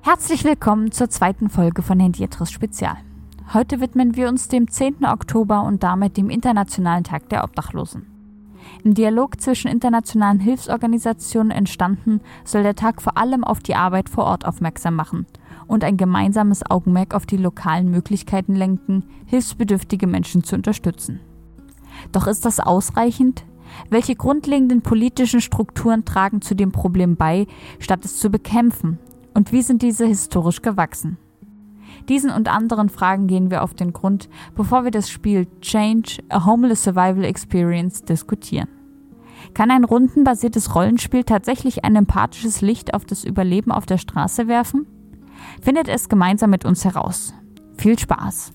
Herzlich willkommen zur zweiten Folge von Hendiatris Spezial. Heute widmen wir uns dem 10. Oktober und damit dem Internationalen Tag der Obdachlosen. Im Dialog zwischen internationalen Hilfsorganisationen entstanden, soll der Tag vor allem auf die Arbeit vor Ort aufmerksam machen und ein gemeinsames Augenmerk auf die lokalen Möglichkeiten lenken, hilfsbedürftige Menschen zu unterstützen. Doch ist das ausreichend? Welche grundlegenden politischen Strukturen tragen zu dem Problem bei, statt es zu bekämpfen? Und wie sind diese historisch gewachsen? Diesen und anderen Fragen gehen wir auf den Grund, bevor wir das Spiel Change, a Homeless Survival Experience diskutieren. Kann ein rundenbasiertes Rollenspiel tatsächlich ein empathisches Licht auf das Überleben auf der Straße werfen? Findet es gemeinsam mit uns heraus. Viel Spaß!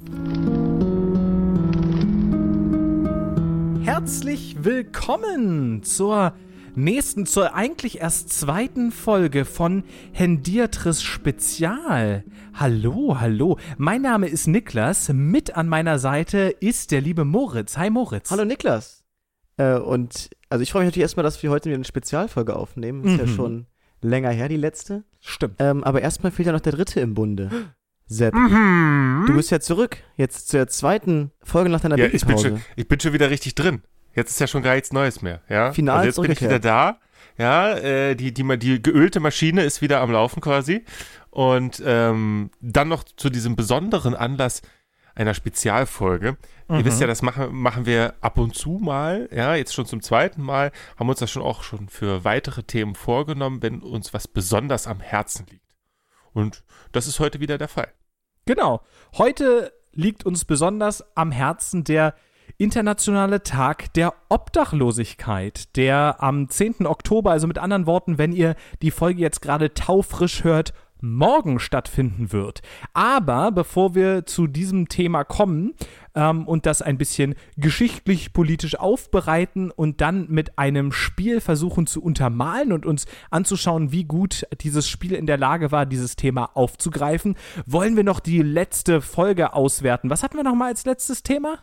Herzlich willkommen zur eigentlich erst zweiten Folge von Hendiatris Spezial. Hallo. Mein Name ist Niklas. Mit an meiner Seite ist der liebe Moritz. Hi Moritz. Hallo Niklas. Ich freue mich natürlich erstmal, dass wir heute wieder eine Spezialfolge aufnehmen. Ist ja schon länger her, die letzte. Stimmt. Aber erstmal fehlt ja noch der dritte im Bunde. Sepp, du bist ja zurück. Jetzt zur zweiten Folge nach deiner Babypause. Ich bin schon wieder richtig drin. Jetzt ist ja schon gar nichts Neues mehr. Ja? Final also jetzt bin ich wieder da. Ja, die geölte Maschine ist wieder am Laufen quasi. Und dann noch zu diesem besonderen Anlass einer Spezialfolge. Ihr wisst ja, das machen wir ab und zu mal. Ja, jetzt schon zum zweiten Mal. Haben uns das auch schon für weitere Themen vorgenommen, wenn uns was besonders am Herzen liegt. Und das ist heute wieder der Fall. Genau. Heute liegt uns besonders am Herzen der Internationale Tag der Obdachlosigkeit, der am 10. Oktober, also mit anderen Worten, wenn ihr die Folge jetzt gerade taufrisch hört, morgen stattfinden wird. Aber bevor wir zu diesem Thema kommen und das ein bisschen geschichtlich-politisch aufbereiten und dann mit einem Spiel versuchen zu untermalen und uns anzuschauen, wie gut dieses Spiel in der Lage war, dieses Thema aufzugreifen, wollen wir noch die letzte Folge auswerten. Was hatten wir noch mal als letztes Thema?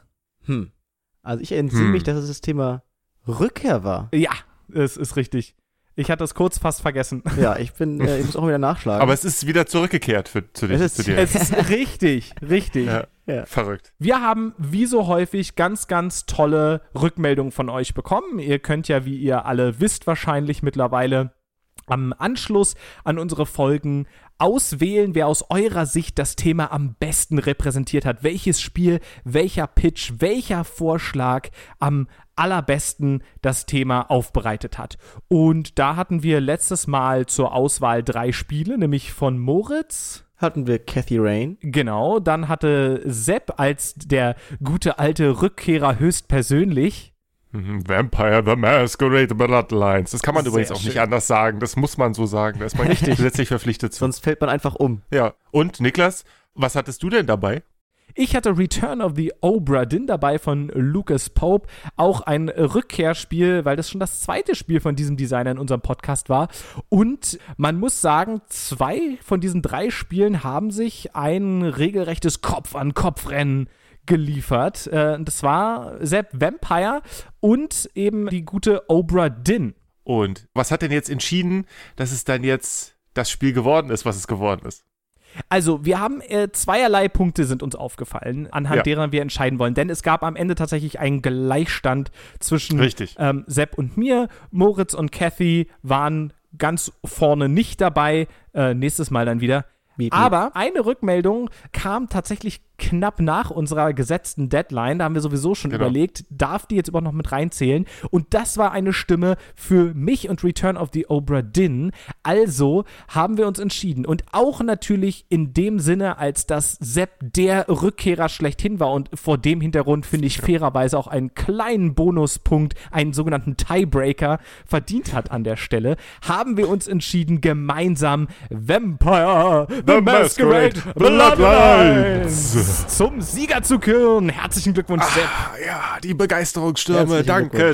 Also ich entsinne mich, dass es das Thema Rückkehr war. Ja, es ist richtig. Ich hatte es kurz fast vergessen. Ja, ich muss auch wieder nachschlagen. Aber es ist wieder zurückgekehrt zu dir. Es ist richtig. Ja. Verrückt. Wir haben wie so häufig ganz, ganz tolle Rückmeldungen von euch bekommen. Ihr könnt ja, wie ihr alle wisst, wahrscheinlich mittlerweile am Anschluss an unsere Folgen auswählen, wer aus eurer Sicht das Thema am besten repräsentiert hat. Welches Spiel, welcher Pitch, welcher Vorschlag am allerbesten das Thema aufbereitet hat. Und da hatten wir letztes Mal zur Auswahl 3 Spiele, nämlich von Moritz. Hatten wir Cathy Rain. Genau, dann hatte Sepp als der gute alte Rückkehrer höchstpersönlich Vampire the Masquerade Bloodlines. Das kann man Sehr übrigens auch schön. nicht anders sagen. Das muss man so sagen. Da ist man gesetzlich verpflichtet zu. Sonst fällt man einfach um. Ja. Und Niklas, was hattest du denn dabei? Ich hatte Return of the Obra Dinn dabei von Lucas Pope, auch ein Rückkehrspiel, weil das schon das zweite Spiel von diesem Designer in unserem Podcast war. Und man muss sagen, 2 von diesen 3 Spielen haben sich ein regelrechtes Kopf-an-Kopf-Rennen geliefert. Das war Sepp Vampire und eben die gute Obra Dinn. Und was hat denn jetzt entschieden, dass es dann jetzt das Spiel geworden ist, was es geworden ist? Also, wir haben zweierlei Punkte sind uns aufgefallen, anhand derer wir entscheiden wollen. Denn es gab am Ende tatsächlich einen Gleichstand zwischen Sepp und mir. Moritz und Cathy waren ganz vorne nicht dabei. Nächstes Mal dann wieder. Aber eine Rückmeldung kam tatsächlich knapp nach unserer gesetzten Deadline. Da haben wir sowieso schon überlegt, darf die jetzt überhaupt noch mit reinzählen? Und das war eine Stimme für mich und Return of the Obra Dinn. Also haben wir uns entschieden. Und auch natürlich in dem Sinne, als dass Sepp der Rückkehrer schlechthin war. Und vor dem Hintergrund finde ich fairerweise auch einen kleinen Bonuspunkt, einen sogenannten Tiebreaker verdient hat an der Stelle, haben wir uns entschieden, gemeinsam Vampire the Masquerade Bloodlines zum Sieger zu küren. Herzlichen Glückwunsch, Sepp. Ja, die Begeisterungsstürme.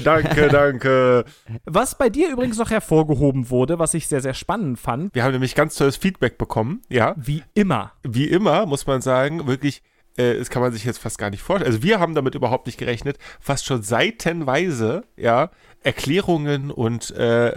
Danke. Was bei dir übrigens noch hervorgehoben wurde, was ich sehr, sehr spannend fand. Wir haben nämlich ganz tolles Feedback bekommen. Ja. Wie immer. Wie immer, muss man sagen, wirklich das kann man sich jetzt fast gar nicht vorstellen. Also wir haben damit überhaupt nicht gerechnet, fast schon seitenweise, ja, Erklärungen und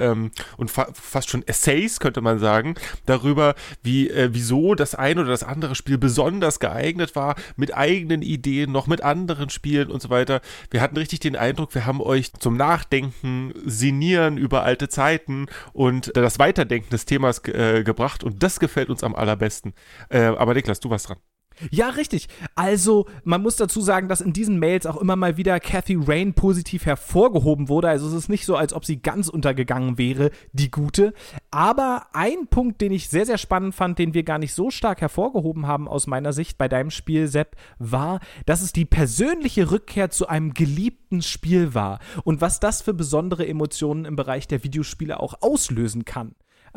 fast schon Essays, könnte man sagen, darüber, wieso das eine oder das andere Spiel besonders geeignet war, mit eigenen Ideen, noch mit anderen Spielen und so weiter. Wir hatten richtig den Eindruck, wir haben euch zum Nachdenken, Sinnieren über alte Zeiten und das Weiterdenken des Themas gebracht und das gefällt uns am allerbesten. Aber Niklas, du warst dran. Ja, richtig. Also, man muss dazu sagen, dass in diesen Mails auch immer mal wieder Cathy Rain positiv hervorgehoben wurde. Also, es ist nicht so, als ob sie ganz untergegangen wäre, die Gute. Aber ein Punkt, den ich sehr, sehr spannend fand, den wir gar nicht so stark hervorgehoben haben aus meiner Sicht bei deinem Spiel, Sepp, war, dass es die persönliche Rückkehr zu einem geliebten Spiel war. Und was das für besondere Emotionen im Bereich der Videospiele auch auslösen kann.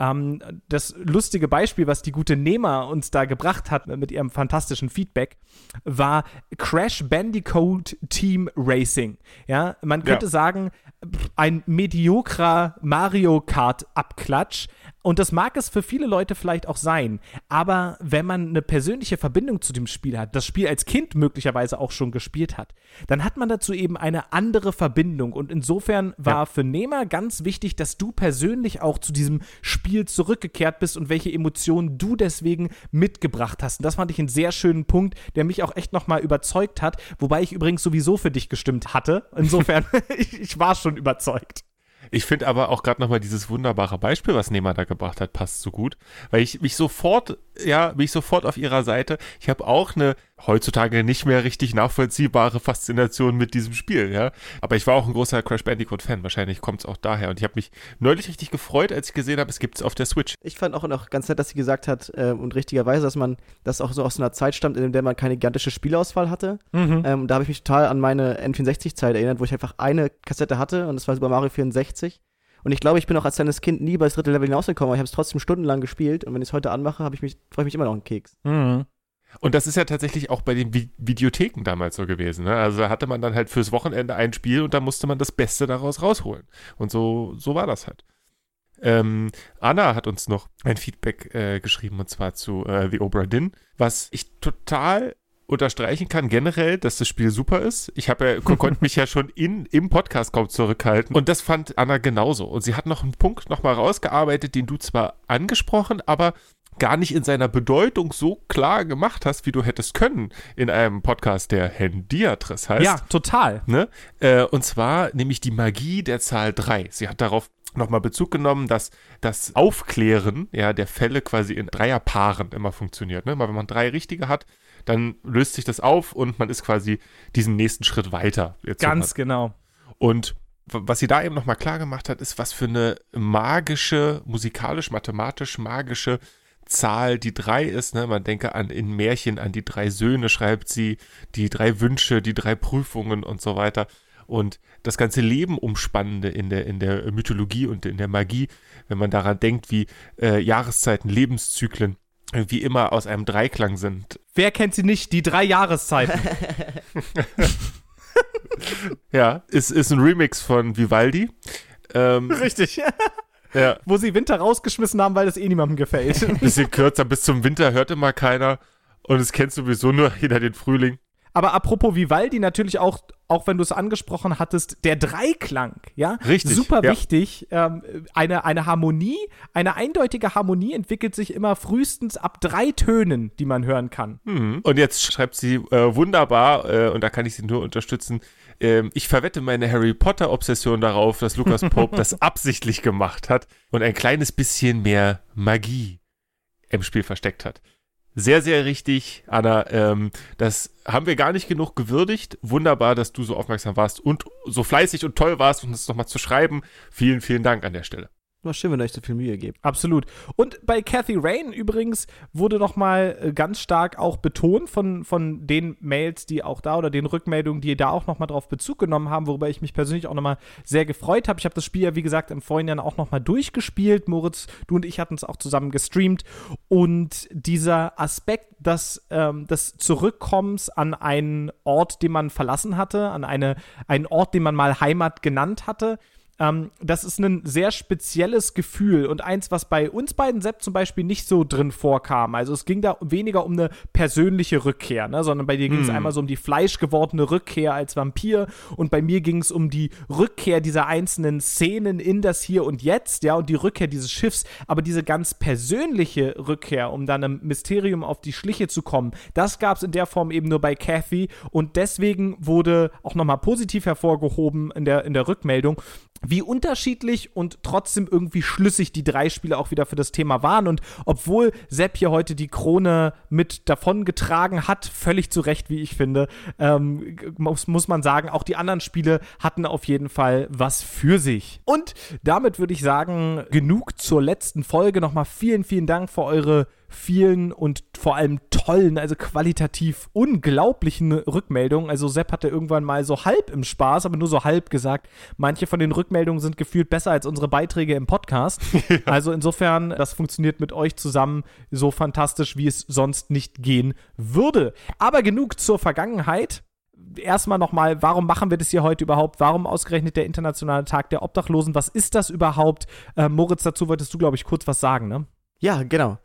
Das lustige Beispiel, was die gute Nema uns da gebracht hat mit ihrem fantastischen Feedback, war Crash Bandicoot Team Racing. Ja, man könnte sagen, ein mediokrer Mario Kart Abklatsch. Und das mag es für viele Leute vielleicht auch sein, aber wenn man eine persönliche Verbindung zu dem Spiel hat, das Spiel als Kind möglicherweise auch schon gespielt hat, dann hat man dazu eben eine andere Verbindung. Und insofern war für Nema ganz wichtig, dass du persönlich auch zu diesem Spiel zurückgekehrt bist und welche Emotionen du deswegen mitgebracht hast. Und das fand ich einen sehr schönen Punkt, der mich auch echt nochmal überzeugt hat, wobei ich übrigens sowieso für dich gestimmt hatte. Insofern, ich war schon überzeugt. Ich finde aber auch gerade nochmal dieses wunderbare Beispiel, was Nema da gebracht hat, passt so gut, weil ich mich sofort auf ihrer Seite. Ich habe auch eine heutzutage nicht mehr richtig nachvollziehbare Faszination mit diesem Spiel, ja. Aber ich war auch ein großer Crash Bandicoot-Fan, wahrscheinlich kommt es auch daher. Und ich habe mich neulich richtig gefreut, als ich gesehen habe, es gibt es auf der Switch. Ich fand auch noch ganz nett, dass sie gesagt hat, und richtigerweise, dass man das auch so aus einer Zeit stammt, in der man keine gigantische Spielauswahl hatte. Da habe ich mich total an meine N64-Zeit erinnert, wo ich einfach eine Kassette hatte und das war Super Mario 64. Und ich glaube, ich bin auch als kleines Kind nie über das dritte Level hinausgekommen, aber ich habe es trotzdem stundenlang gespielt und wenn ich es heute anmache, freue ich mich immer noch einen Keks. Und das ist ja tatsächlich auch bei den Videotheken damals so gewesen, ne? Also da hatte man dann halt fürs Wochenende ein Spiel und da musste man das Beste daraus rausholen. Und so war das halt. Anna hat uns noch ein Feedback geschrieben und zwar zu The Obra Dinn, was ich total unterstreichen kann generell, dass das Spiel super ist. Ich konnte mich ja schon im Podcast kaum zurückhalten und das fand Anna genauso. Und sie hat noch einen Punkt nochmal rausgearbeitet, den du zwar angesprochen, aber gar nicht in seiner Bedeutung so klar gemacht hast, wie du hättest können in einem Podcast, der Hendiatris heißt. Ja, total. Ne? Und zwar nämlich die Magie der Zahl 3. Sie hat darauf nochmal Bezug genommen, dass das Aufklären der Fälle quasi in Dreierpaaren immer funktioniert. Ne? Wenn man 3 richtige hat, dann löst sich das auf und man ist quasi diesen nächsten Schritt weiter. Ganz genau. Und was sie da eben nochmal klar gemacht hat, ist, was für eine musikalisch-mathematisch magische Zahl die 3 ist. Ne? Man denke in Märchen an die 3 Söhne, schreibt sie, die 3 Wünsche, die 3 Prüfungen und so weiter. Und das ganze Leben umspannende in der Mythologie und in der Magie, wenn man daran denkt, wie Jahreszeiten, Lebenszyklen wie immer aus einem Dreiklang sind. Wer kennt sie nicht? Die 3 Jahreszeiten. Ja, ist ein Remix von Vivaldi. Richtig. Ja. Wo sie Winter rausgeschmissen haben, weil das niemandem gefällt. Ein bisschen kürzer, bis zum Winter hört immer keiner und es kennt sowieso nur jeder den Frühling. Aber apropos Vivaldi, natürlich auch wenn du es angesprochen hattest, der Dreiklang, ja? Richtig. Super wichtig. Eine Harmonie, eine eindeutige Harmonie entwickelt sich immer frühestens ab 3 Tönen, die man hören kann. Und jetzt schreibt sie wunderbar, und da kann ich sie nur unterstützen, ich verwette meine Harry Potter-Obsession darauf, dass Lucas Pope das absichtlich gemacht hat und ein kleines bisschen mehr Magie im Spiel versteckt hat. Sehr, sehr richtig, Anna. Das haben wir gar nicht genug gewürdigt. Wunderbar, dass du so aufmerksam warst und so fleißig und toll warst, um das nochmal zu schreiben. Vielen, vielen Dank an der Stelle. War schön, wenn ihr euch so viel Mühe gebt. Absolut. Und bei Cathy Rain übrigens wurde nochmal ganz stark auch betont von den Mails, die auch da oder den Rückmeldungen, die da auch nochmal drauf Bezug genommen haben, worüber ich mich persönlich auch nochmal sehr gefreut habe. Ich habe das Spiel ja, wie gesagt, im Vorhinein auch nochmal durchgespielt. Moritz, du und ich hatten es auch zusammen gestreamt. Und dieser Aspekt des Zurückkommens an einen Ort, den man verlassen hatte, an einen Ort, den man mal Heimat genannt hatte, das ist ein sehr spezielles Gefühl und eins, was bei uns beiden, Sepp, zum Beispiel nicht so drin vorkam. Also es ging da weniger um eine persönliche Rückkehr, ne? Sondern bei dir ging es einmal so um die fleischgewordene Rückkehr als Vampir und bei mir ging es um die Rückkehr dieser einzelnen Szenen in das Hier und Jetzt, ja, und die Rückkehr dieses Schiffs. Aber diese ganz persönliche Rückkehr, um dann einem Mysterium auf die Schliche zu kommen, das gab es in der Form eben nur bei Kathy und deswegen wurde auch nochmal positiv hervorgehoben in der Rückmeldung, wie unterschiedlich und trotzdem irgendwie schlüssig die 3 Spiele auch wieder für das Thema waren. Und obwohl Sepp hier heute die Krone mit davongetragen hat, völlig zu Recht, wie ich finde, muss man sagen, auch die anderen Spiele hatten auf jeden Fall was für sich. Und damit würde ich sagen, genug zur letzten Folge. Nochmal vielen, vielen Dank für eure vielen und vor allem tollen, also qualitativ unglaublichen Rückmeldungen. Also Sepp hatte irgendwann mal so halb im Spaß, aber nur so halb gesagt, manche von den Rückmeldungen sind gefühlt besser als unsere Beiträge im Podcast. Ja. Also insofern, das funktioniert mit euch zusammen so fantastisch, wie es sonst nicht gehen würde. Aber genug zur Vergangenheit. Erstmal nochmal, warum machen wir das hier heute überhaupt? Warum ausgerechnet der Internationale Tag der Obdachlosen? Was ist das überhaupt? Moritz, dazu wolltest du, glaube ich, kurz was sagen, ne? Ja, genau.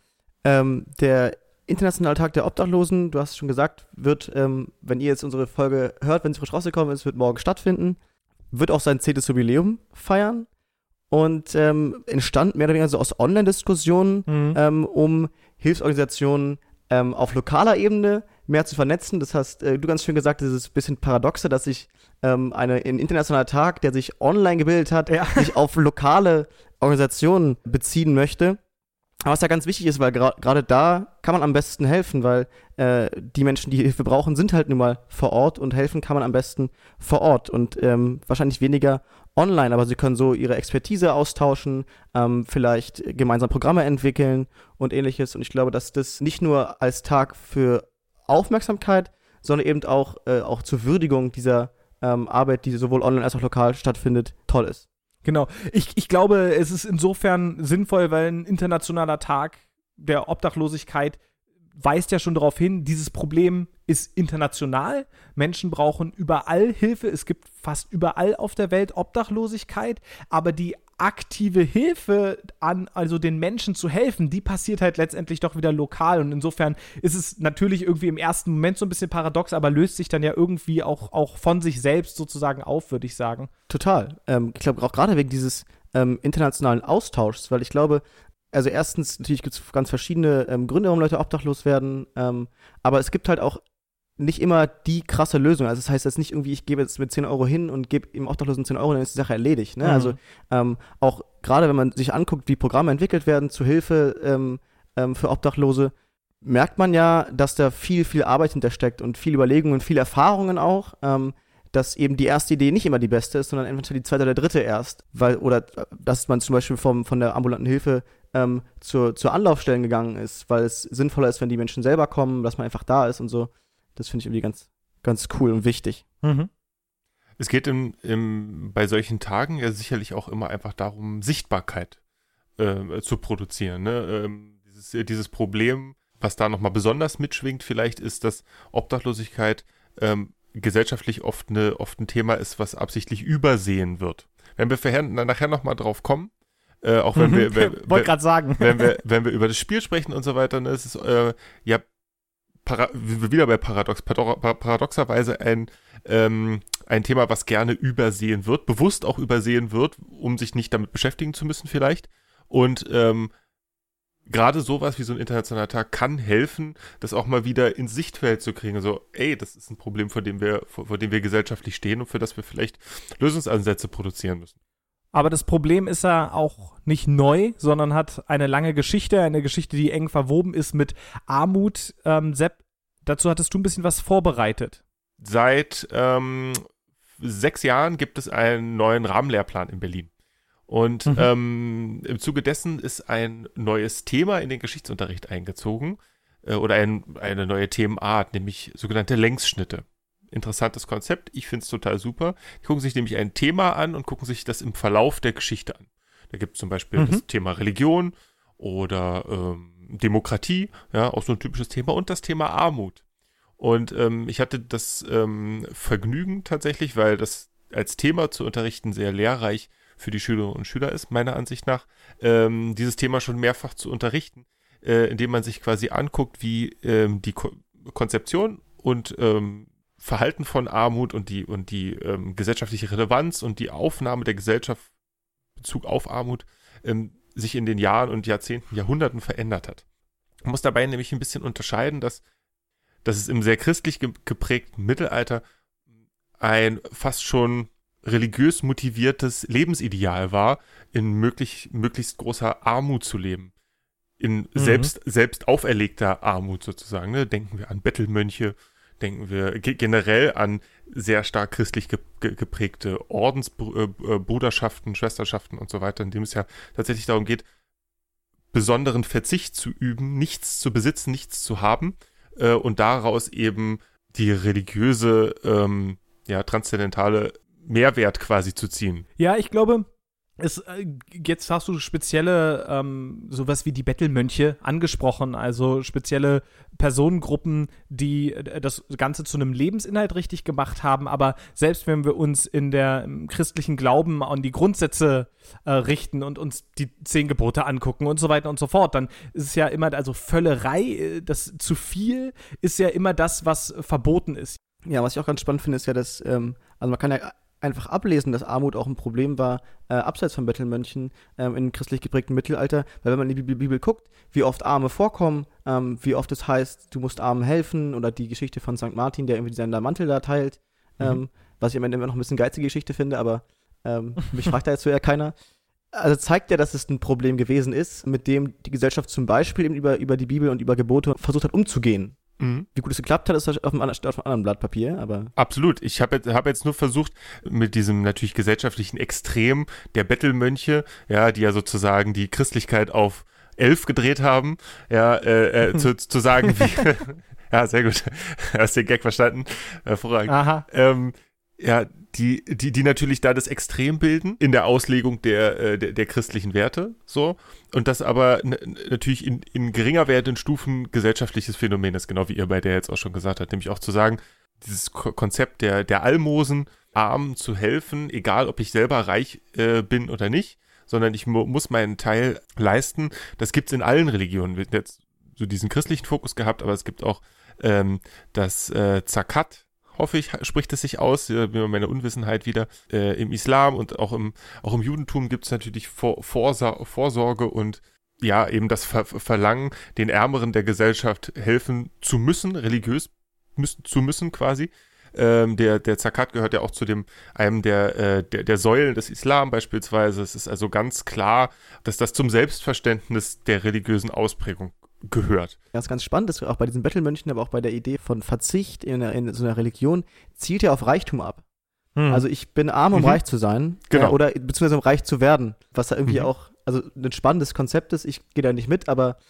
Der Internationale Tag der Obdachlosen, du hast es schon gesagt, wird, wenn ihr jetzt unsere Folge hört, wenn sie frisch rausgekommen ist, wird morgen stattfinden, wird auch sein 10. Jubiläum feiern und entstand mehr oder weniger so aus Online-Diskussionen, um Hilfsorganisationen auf lokaler Ebene mehr zu vernetzen. Das hast du ganz schön gesagt, das ist ein bisschen paradoxe, dass sich ein internationaler Tag, der sich online gebildet hat, sich auf lokale Organisationen beziehen möchte. Aber was ja ganz wichtig ist, weil gerade da kann man am besten helfen, weil die Menschen, die Hilfe brauchen, sind halt nun mal vor Ort und helfen kann man am besten vor Ort und wahrscheinlich weniger online, aber sie können so ihre Expertise austauschen, vielleicht gemeinsam Programme entwickeln und ähnliches und ich glaube, dass das nicht nur als Tag für Aufmerksamkeit, sondern eben auch zur Würdigung dieser Arbeit, die sowohl online als auch lokal stattfindet, toll ist. Genau. Ich glaube, es ist insofern sinnvoll, weil ein internationaler Tag der Obdachlosigkeit weist ja schon darauf hin, dieses Problem ist international. Menschen brauchen überall Hilfe. Es gibt fast überall auf der Welt Obdachlosigkeit, aber die aktive Hilfe an, also den Menschen zu helfen, die passiert halt letztendlich doch wieder lokal und insofern ist es natürlich irgendwie im ersten Moment so ein bisschen paradox, aber löst sich dann ja irgendwie auch von sich selbst sozusagen auf, würde ich sagen. Total. Ich glaube auch gerade wegen dieses internationalen Austauschs, weil ich glaube, also erstens, natürlich gibt es ganz verschiedene Gründe, warum Leute obdachlos werden, aber es gibt halt auch nicht immer die krasse Lösung. Also das heißt jetzt nicht irgendwie, ich gebe jetzt mit 10 Euro hin und gebe ihm Obdachlosen 10 Euro, dann ist die Sache erledigt. Ne? Also auch gerade wenn man sich anguckt, wie Programme entwickelt werden zur Hilfe für Obdachlose, merkt man ja, dass da viel, viel Arbeit hintersteckt und viel Überlegung und viel Erfahrungen auch, dass eben die erste Idee nicht immer die beste ist, sondern entweder die zweite oder dritte erst. Oder dass man zum Beispiel von der ambulanten Hilfe zur Anlaufstellen gegangen ist, weil es sinnvoller ist, wenn die Menschen selber kommen, dass man einfach da ist und so. Das finde ich irgendwie ganz, ganz cool und wichtig. Mhm. Es geht bei solchen Tagen ja sicherlich auch immer einfach darum, Sichtbarkeit zu produzieren. Ne? Dieses Problem, was da nochmal besonders mitschwingt vielleicht, ist, dass Obdachlosigkeit gesellschaftlich oft ein Thema ist, was absichtlich übersehen wird. Wenn wir nachher nochmal drauf kommen, auch wenn wir wollte gerade sagen, wenn wir über das Spiel sprechen und so weiter, ne, es ist wieder bei paradoxerweise ein Thema, was gerne übersehen wird, bewusst auch übersehen wird, um sich nicht damit beschäftigen zu müssen vielleicht. Und gerade sowas wie so ein internationaler Tag kann helfen, das auch mal wieder ins Sichtfeld zu kriegen. So, das ist ein Problem, vor dem wir gesellschaftlich stehen und für das wir vielleicht Lösungsansätze produzieren müssen. Aber das Problem ist ja auch nicht neu, sondern hat eine lange Geschichte, eine Geschichte, die eng verwoben ist mit Armut. Sepp, dazu hattest du ein bisschen was vorbereitet. Seit 6 Jahren gibt es einen neuen Rahmenlehrplan in Berlin. Und im Zuge dessen ist ein neues Thema in den Geschichtsunterricht eingezogen oder eine neue Themenart, nämlich sogenannte Längsschnitte. Interessantes Konzept, ich finde es total super. Die gucken sich nämlich ein Thema an und gucken sich das im Verlauf der Geschichte an. Da gibt es zum Beispiel das Thema Religion oder Demokratie, ja, auch so ein typisches Thema, und das Thema Armut. Und ich hatte das Vergnügen tatsächlich, weil das als Thema zu unterrichten sehr lehrreich für die Schülerinnen und Schüler ist, meiner Ansicht nach, dieses Thema schon mehrfach zu unterrichten, indem man sich quasi anguckt, wie die Konzeption und Verhalten von Armut und die gesellschaftliche Relevanz und die Aufnahme der Gesellschaft in Bezug auf Armut sich in den Jahren und Jahrzehnten, Jahrhunderten verändert hat. Man muss dabei nämlich ein bisschen unterscheiden, dass es im sehr christlich geprägten Mittelalter ein fast schon religiös motiviertes Lebensideal war, in möglichst großer Armut zu leben. In selbst auferlegter Armut sozusagen. Ne? Denken wir an Bettelmönche, denken wir generell an sehr stark christlich geprägte Ordensbruderschaften, Schwesterschaften und so weiter, in dem es ja tatsächlich darum geht, besonderen Verzicht zu üben, nichts zu besitzen, nichts zu haben und daraus eben die religiöse, transzendentale Mehrwert quasi zu ziehen. Ja, ich glaube, jetzt hast du spezielle, sowas wie die Bettelmönche angesprochen, also spezielle Personengruppen, die das Ganze zu einem Lebensinhalt richtig gemacht haben, aber selbst wenn wir uns im christlichen Glauben an die Grundsätze richten und uns die 10 Gebote angucken und so weiter und so fort, dann ist es ja immer, also Völlerei, das zu viel ist ja immer das, was verboten ist. Ja, was ich auch ganz spannend finde, ist ja, dass, also man kann ja einfach ablesen, dass Armut auch ein Problem war, abseits von Bettelmönchen im christlich geprägten Mittelalter, weil wenn man in die Bibel guckt, wie oft Arme vorkommen, wie oft es heißt, du musst Armen helfen, oder die Geschichte von St. Martin, der irgendwie seinen Mantel da teilt, was ich am Ende immer noch ein bisschen geizige Geschichte finde, aber mich fragt da jetzt so ja keiner. Also zeigt ja, dass es ein Problem gewesen ist, mit dem die Gesellschaft zum Beispiel eben über die Bibel und über Gebote versucht hat, umzugehen. Wie gut es geklappt hat, ist auf einem anderen Blatt Papier, aber... Absolut. Ich hab jetzt nur versucht, mit diesem natürlich gesellschaftlichen Extrem der Bettelmönche, ja, die ja sozusagen die Christlichkeit auf 11 gedreht haben, ja, zu sagen, wie... Ja, sehr gut. Hast den Gag verstanden. Hervorragend. Aha. Die natürlich da das Extrem bilden in der Auslegung der christlichen Werte, so, und das aber natürlich in geringer werdenden Stufen gesellschaftliches Phänomen ist, genau wie ihr bei der jetzt auch schon gesagt habt, nämlich auch zu sagen, dieses Konzept der Almosen, Armen zu helfen, egal ob ich selber reich bin oder nicht, sondern ich muss meinen Teil leisten. Das gibt's in allen Religionen. Wir haben jetzt so diesen christlichen Fokus gehabt, aber es gibt auch das Zakat, hoffe ich, spricht es sich aus, meine Unwissenheit wieder, im Islam und auch im Judentum gibt es natürlich Vorsorge und ja, eben das Verlangen, den Ärmeren der Gesellschaft helfen zu müssen, religiös zu müssen quasi. Der Zakat gehört ja auch zu einem der Säulen des Islam beispielsweise. Es ist also ganz klar, dass das zum Selbstverständnis der religiösen Ausprägung gehört. Das ist ganz spannend, dass auch bei diesen Bettelmönchen, aber auch bei der Idee von Verzicht in so einer Religion, zielt ja auf Reichtum ab. Also ich bin arm, um reich zu sein, genau. Oder beziehungsweise um reich zu werden, was da irgendwie auch, also ein spannendes Konzept ist, ich gehe da nicht mit, aber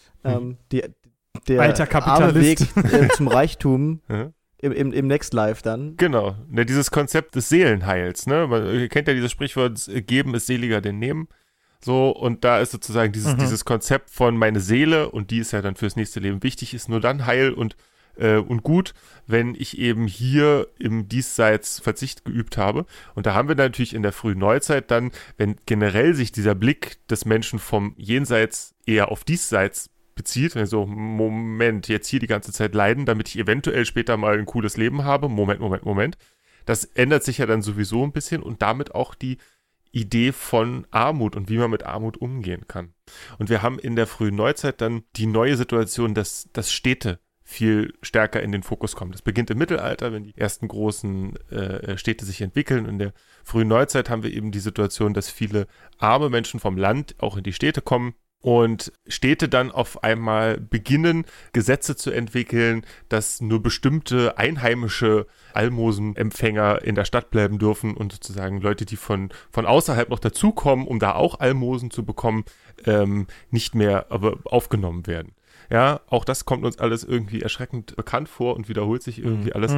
der alter arme Weg Kapitalist. zum Reichtum im Next Life dann. Genau, dieses Konzept des Seelenheils, ne? Man kennt ja dieses Sprichwort, geben ist seliger denn nehmen. So, und da ist sozusagen dieses Konzept von meine Seele, und die ist ja dann fürs nächste Leben wichtig, ist nur dann heil und gut, wenn ich eben hier im Diesseits Verzicht geübt habe. Und da haben wir natürlich in der frühen Neuzeit dann, wenn generell sich dieser Blick des Menschen vom Jenseits eher auf Diesseits bezieht, also Moment, jetzt hier die ganze Zeit leiden, damit ich eventuell später mal ein cooles Leben habe, Moment. Das ändert sich ja dann sowieso ein bisschen und damit auch die Idee von Armut und wie man mit Armut umgehen kann. Und wir haben in der frühen Neuzeit dann die neue Situation, dass Städte viel stärker in den Fokus kommen. Das beginnt im Mittelalter, wenn die ersten großen Städte sich entwickeln. In der frühen Neuzeit haben wir eben die Situation, dass viele arme Menschen vom Land auch in die Städte kommen und Städte dann auf einmal beginnen, Gesetze zu entwickeln, dass nur bestimmte einheimische Almosenempfänger in der Stadt bleiben dürfen und sozusagen Leute, die von außerhalb noch dazukommen, um da auch Almosen zu bekommen, nicht mehr aber aufgenommen werden. Ja, auch das kommt uns alles irgendwie erschreckend bekannt vor und wiederholt sich irgendwie alles.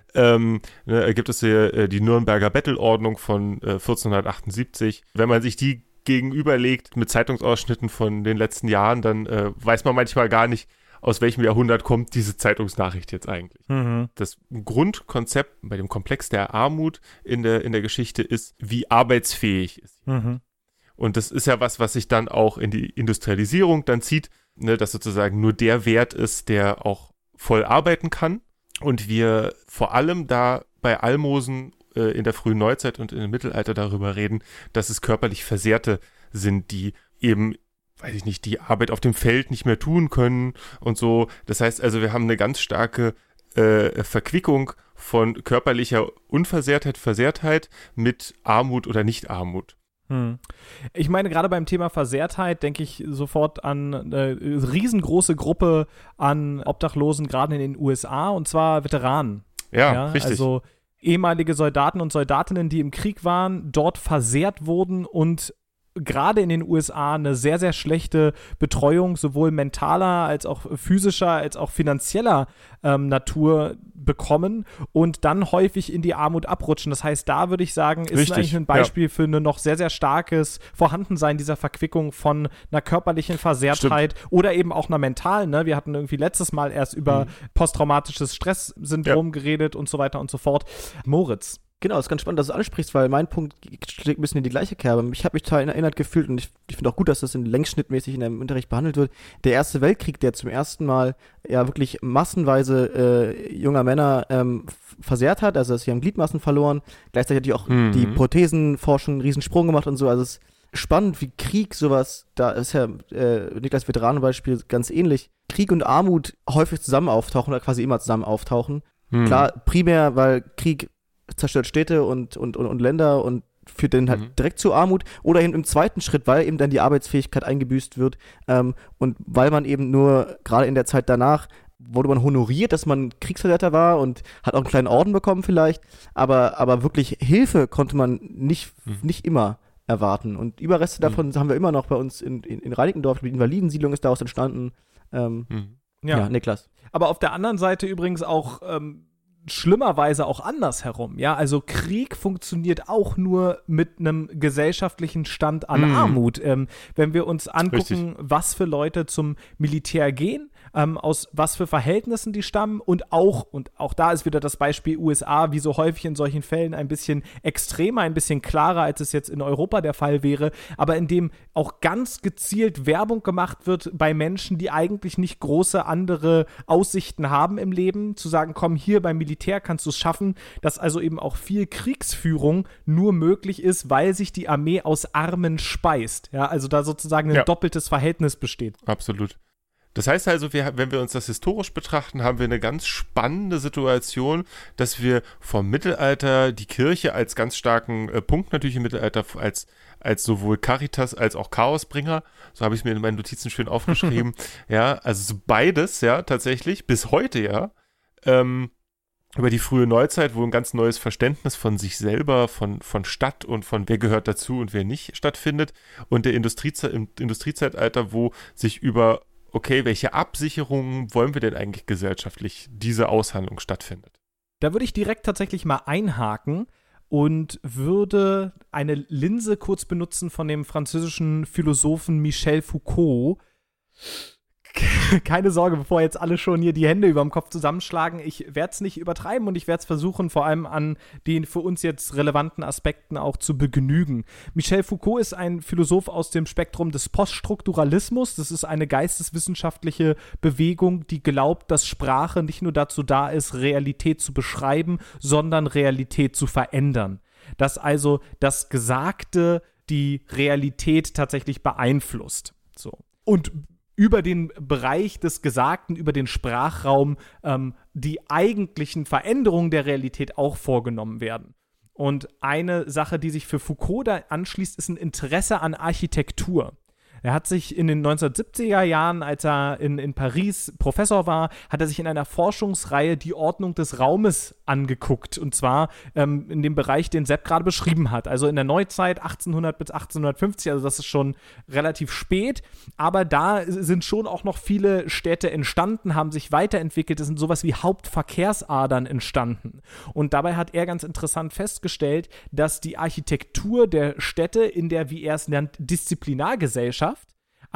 Gibt es hier die Nürnberger Bettelordnung von 1478. Wenn man sich die gegenüberlegt mit Zeitungsausschnitten von den letzten Jahren, dann weiß man manchmal gar nicht, aus welchem Jahrhundert kommt diese Zeitungsnachricht jetzt eigentlich. Das Grundkonzept bei dem Komplex der Armut in der Geschichte ist, wie arbeitsfähig ist. Und das ist ja was sich dann auch in die Industrialisierung dann zieht, ne, dass sozusagen nur der Wert ist, der auch voll arbeiten kann. Und wir vor allem da bei Almosen in der frühen Neuzeit und im Mittelalter darüber reden, dass es körperlich Versehrte sind, die eben, weiß ich nicht, die Arbeit auf dem Feld nicht mehr tun können und so. Das heißt also, wir haben eine ganz starke Verquickung von körperlicher Unversehrtheit, Versehrtheit mit Armut oder Nicht-Armut. Ich meine, gerade beim Thema Versehrtheit denke ich sofort an eine riesengroße Gruppe an Obdachlosen, gerade in den USA, und zwar Veteranen. Ja, richtig. Also ehemalige Soldaten und Soldatinnen, die im Krieg waren, dort versehrt wurden und gerade in den USA eine sehr, sehr schlechte Betreuung sowohl mentaler als auch physischer als auch finanzieller Natur bekommen und dann häufig in die Armut abrutschen. Das heißt, da würde ich sagen, ist eigentlich ein Beispiel für eine noch sehr, sehr starkes Vorhandensein dieser Verquickung von einer körperlichen Versehrtheit oder eben auch einer mentalen. Ne? Wir hatten irgendwie letztes Mal erst über posttraumatisches Stresssyndrom geredet und so weiter und so fort. Moritz. Genau, es ist ganz spannend, dass du es ansprichst, weil mein Punkt schlägt ein bisschen in die gleiche Kerbe. Ich habe mich total erinnert gefühlt und ich finde auch gut, dass das längsschnittmäßig in einem Unterricht behandelt wird. Der Erste Weltkrieg, der zum ersten Mal ja wirklich massenweise junger Männer versehrt hat, also sie haben Gliedmaßen verloren, gleichzeitig hat die auch die Prothesenforschung einen riesen Sprung gemacht und so, also es ist spannend, wie Krieg sowas, da ist ja Niklas Veteranenbeispiel ganz ähnlich, Krieg und Armut häufig zusammen auftauchen oder quasi immer zusammen auftauchen. Klar, primär, weil Krieg zerstört Städte und Länder und führt dann halt direkt zu Armut oder eben im zweiten Schritt, weil eben dann die Arbeitsfähigkeit eingebüßt wird und weil man eben nur, gerade in der Zeit danach, wurde man honoriert, dass man Kriegsversehrter war und hat auch einen kleinen Orden bekommen vielleicht, aber wirklich Hilfe konnte man nicht immer erwarten und Überreste davon haben wir immer noch bei uns in Reinickendorf, die Invalidensiedlung ist daraus entstanden. Ja, Niklas. Aber auf der anderen Seite übrigens auch schlimmerweise auch andersherum, ja, also Krieg funktioniert auch nur mit einem gesellschaftlichen Stand an Armut. Wenn wir uns angucken, was für Leute zum Militär gehen, aus was für Verhältnissen die stammen und auch da ist wieder das Beispiel USA, wie so häufig in solchen Fällen ein bisschen extremer, ein bisschen klarer, als es jetzt in Europa der Fall wäre, aber in dem auch ganz gezielt Werbung gemacht wird bei Menschen, die eigentlich nicht große andere Aussichten haben im Leben, zu sagen, komm hier beim Militär kannst du es schaffen, dass also eben auch viel Kriegsführung nur möglich ist, weil sich die Armee aus Armen speist. Ja, also da sozusagen ein doppeltes Verhältnis besteht. Absolut. Das heißt also, wenn wir uns das historisch betrachten, haben wir eine ganz spannende Situation, dass wir vom Mittelalter die Kirche als ganz starken Punkt natürlich im Mittelalter als sowohl Caritas als auch Chaosbringer, so habe ich es mir in meinen Notizen schön aufgeschrieben, ja, also so beides, ja, tatsächlich, bis heute, ja, über die frühe Neuzeit, wo ein ganz neues Verständnis von sich selber, von Stadt und von wer gehört dazu und wer nicht stattfindet und im Industriezeitalter, wo sich über welche Absicherungen wollen wir denn eigentlich gesellschaftlich, diese Aushandlung stattfindet. Da würde ich direkt tatsächlich mal einhaken und würde eine Linse kurz benutzen von dem französischen Philosophen Michel Foucault. Keine Sorge, bevor jetzt alle schon hier die Hände über dem Kopf zusammenschlagen, ich werde es nicht übertreiben und ich werde es versuchen, vor allem an den für uns jetzt relevanten Aspekten auch zu begnügen. Michel Foucault ist ein Philosoph aus dem Spektrum des Poststrukturalismus. Das ist eine geisteswissenschaftliche Bewegung, die glaubt, dass Sprache nicht nur dazu da ist, Realität zu beschreiben, sondern Realität zu verändern. Dass also das Gesagte die Realität tatsächlich beeinflusst. So. Und über den Bereich des Gesagten, über den Sprachraum, die eigentlichen Veränderungen der Realität auch vorgenommen werden. Und eine Sache, die sich für Foucault da anschließt, ist ein Interesse an Architektur. Er hat sich in den 1970er Jahren, als er in Paris Professor war, hat er sich in einer Forschungsreihe die Ordnung des Raumes angeguckt. Und zwar in dem Bereich, den Sepp gerade beschrieben hat. Also in der Neuzeit 1800 bis 1850, also das ist schon relativ spät. Aber da sind schon auch noch viele Städte entstanden, haben sich weiterentwickelt. Es sind sowas wie Hauptverkehrsadern entstanden. Und dabei hat er ganz interessant festgestellt, dass die Architektur der Städte in der, wie er es nennt, Disziplinargesellschaft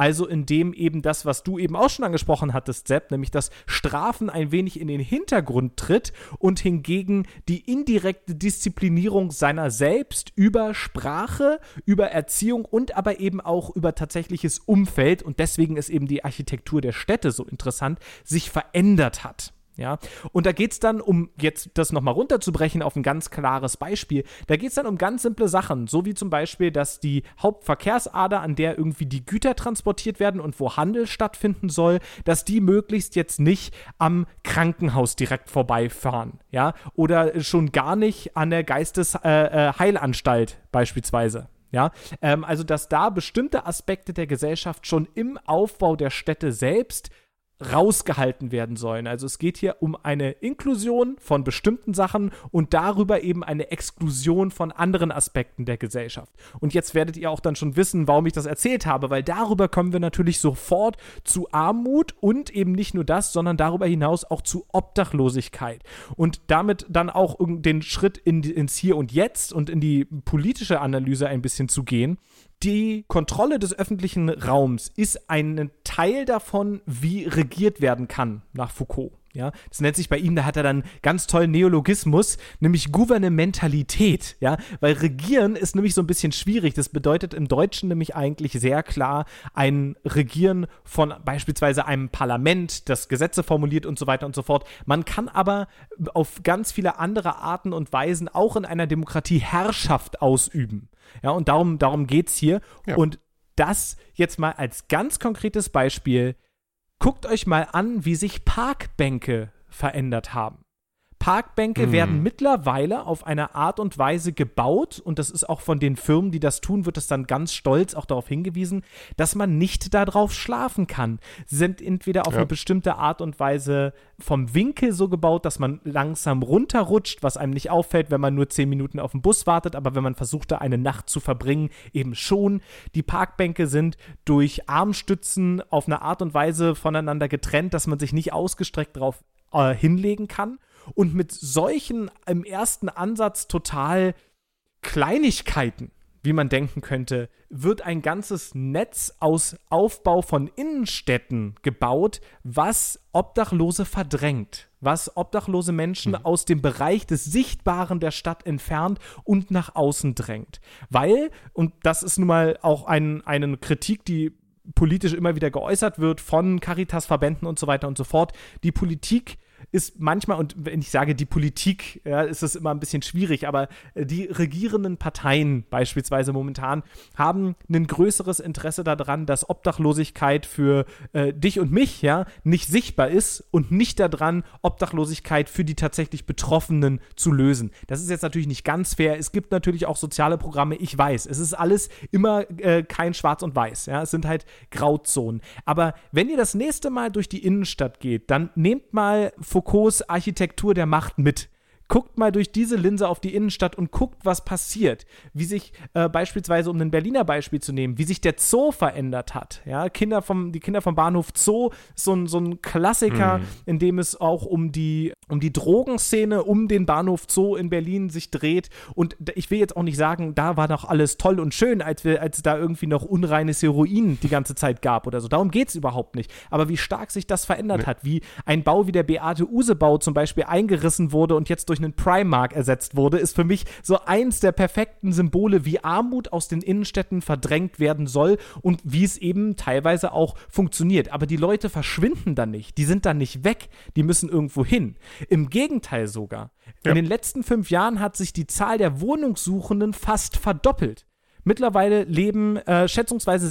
also indem eben das, was du eben auch schon angesprochen hattest, Sepp, nämlich dass Strafen ein wenig in den Hintergrund tritt und hingegen die indirekte Disziplinierung seiner selbst über Sprache, über Erziehung und aber eben auch über tatsächliches Umfeld, und deswegen ist eben die Architektur der Städte so interessant, sich verändert hat. Ja, und da geht es dann, um jetzt das nochmal runterzubrechen auf ein ganz klares Beispiel, da geht es dann um ganz simple Sachen, so wie zum Beispiel, dass die Hauptverkehrsader, an der irgendwie die Güter transportiert werden und wo Handel stattfinden soll, dass die möglichst jetzt nicht am Krankenhaus direkt vorbeifahren, ja, oder schon gar nicht an der Geistesheilanstalt beispielsweise. Ja, also dass da bestimmte Aspekte der Gesellschaft schon im Aufbau der Städte selbst rausgehalten werden sollen. Also es geht hier um eine Inklusion von bestimmten Sachen und darüber eben eine Exklusion von anderen Aspekten der Gesellschaft. Und jetzt werdet ihr auch dann schon wissen, warum ich das erzählt habe, weil darüber kommen wir natürlich sofort zu Armut und eben nicht nur das, sondern darüber hinaus auch zu Obdachlosigkeit. Und damit dann auch den Schritt ins Hier und Jetzt und in die politische Analyse ein bisschen zu gehen. Die Kontrolle des öffentlichen Raums ist ein Teil davon, wie regiert werden kann, nach Foucault. Ja, das nennt sich bei ihm, da hat er dann ganz tollen Neologismus, nämlich Gouvernementalität, ja, weil Regieren ist nämlich so ein bisschen schwierig, das bedeutet im Deutschen nämlich eigentlich sehr klar ein Regieren von beispielsweise einem Parlament, das Gesetze formuliert und so weiter und so fort. Man kann aber auf ganz viele andere Arten und Weisen auch in einer Demokratie Herrschaft ausüben, ja, und darum geht's hier, ja. Und das jetzt mal als ganz konkretes Beispiel. Guckt euch mal an, wie sich Parkbänke verändert haben. Parkbänke werden mittlerweile auf eine Art und Weise gebaut, und das ist auch von den Firmen, die das tun, wird es dann ganz stolz auch darauf hingewiesen, dass man nicht darauf schlafen kann. Sie sind entweder auf eine bestimmte Art und Weise vom Winkel so gebaut, dass man langsam runterrutscht, was einem nicht auffällt, wenn man nur 10 Minuten auf den Bus wartet, aber wenn man versucht, da eine Nacht zu verbringen, eben schon. Die Parkbänke sind durch Armstützen auf eine Art und Weise voneinander getrennt, dass man sich nicht ausgestreckt darauf hinlegen kann. Und mit solchen im ersten Ansatz total Kleinigkeiten, wie man denken könnte, wird ein ganzes Netz aus Aufbau von Innenstädten gebaut, was Obdachlose verdrängt, was obdachlose Menschen aus dem Bereich des Sichtbaren der Stadt entfernt und nach außen drängt. Weil, und das ist nun mal auch eine Kritik, die politisch immer wieder geäußert wird von Caritas-Verbänden und so weiter und so fort, die Politik ist manchmal, und wenn ich sage die Politik, ja, ist es immer ein bisschen schwierig, aber die regierenden Parteien beispielsweise momentan haben ein größeres Interesse daran, dass Obdachlosigkeit für dich und mich, ja, nicht sichtbar ist und nicht daran, Obdachlosigkeit für die tatsächlich Betroffenen zu lösen. Das ist jetzt natürlich nicht ganz fair. Es gibt natürlich auch soziale Programme, ich weiß. Es ist alles immer kein Schwarz und Weiß, ja, es sind halt Grauzonen. Aber wenn ihr das nächste Mal durch die Innenstadt geht, dann nehmt mal Foucaults Architektur der Macht mit. Guckt mal durch diese Linse auf die Innenstadt und guckt, was passiert. Wie sich beispielsweise, um ein Berliner Beispiel zu nehmen, wie sich der Zoo verändert hat. Ja, die Kinder vom Bahnhof Zoo, so ein Klassiker, in dem es auch um die Drogenszene um den Bahnhof Zoo in Berlin sich dreht. Und ich will jetzt auch nicht sagen, da war noch alles toll und schön, als da irgendwie noch unreines Heroin die ganze Zeit gab oder so. Darum geht es überhaupt nicht. Aber wie stark sich das verändert hat, wie ein Bau wie der Beate-Uhse-Bau zum Beispiel eingerissen wurde und jetzt durch einen Primark ersetzt wurde, ist für mich so eins der perfekten Symbole, wie Armut aus den Innenstädten verdrängt werden soll und wie es eben teilweise auch funktioniert. Aber die Leute verschwinden dann nicht. Die sind dann nicht weg. Die müssen irgendwo hin. Im Gegenteil sogar. Ja. In den letzten 5 Jahren hat sich die Zahl der Wohnungssuchenden fast verdoppelt. Mittlerweile leben schätzungsweise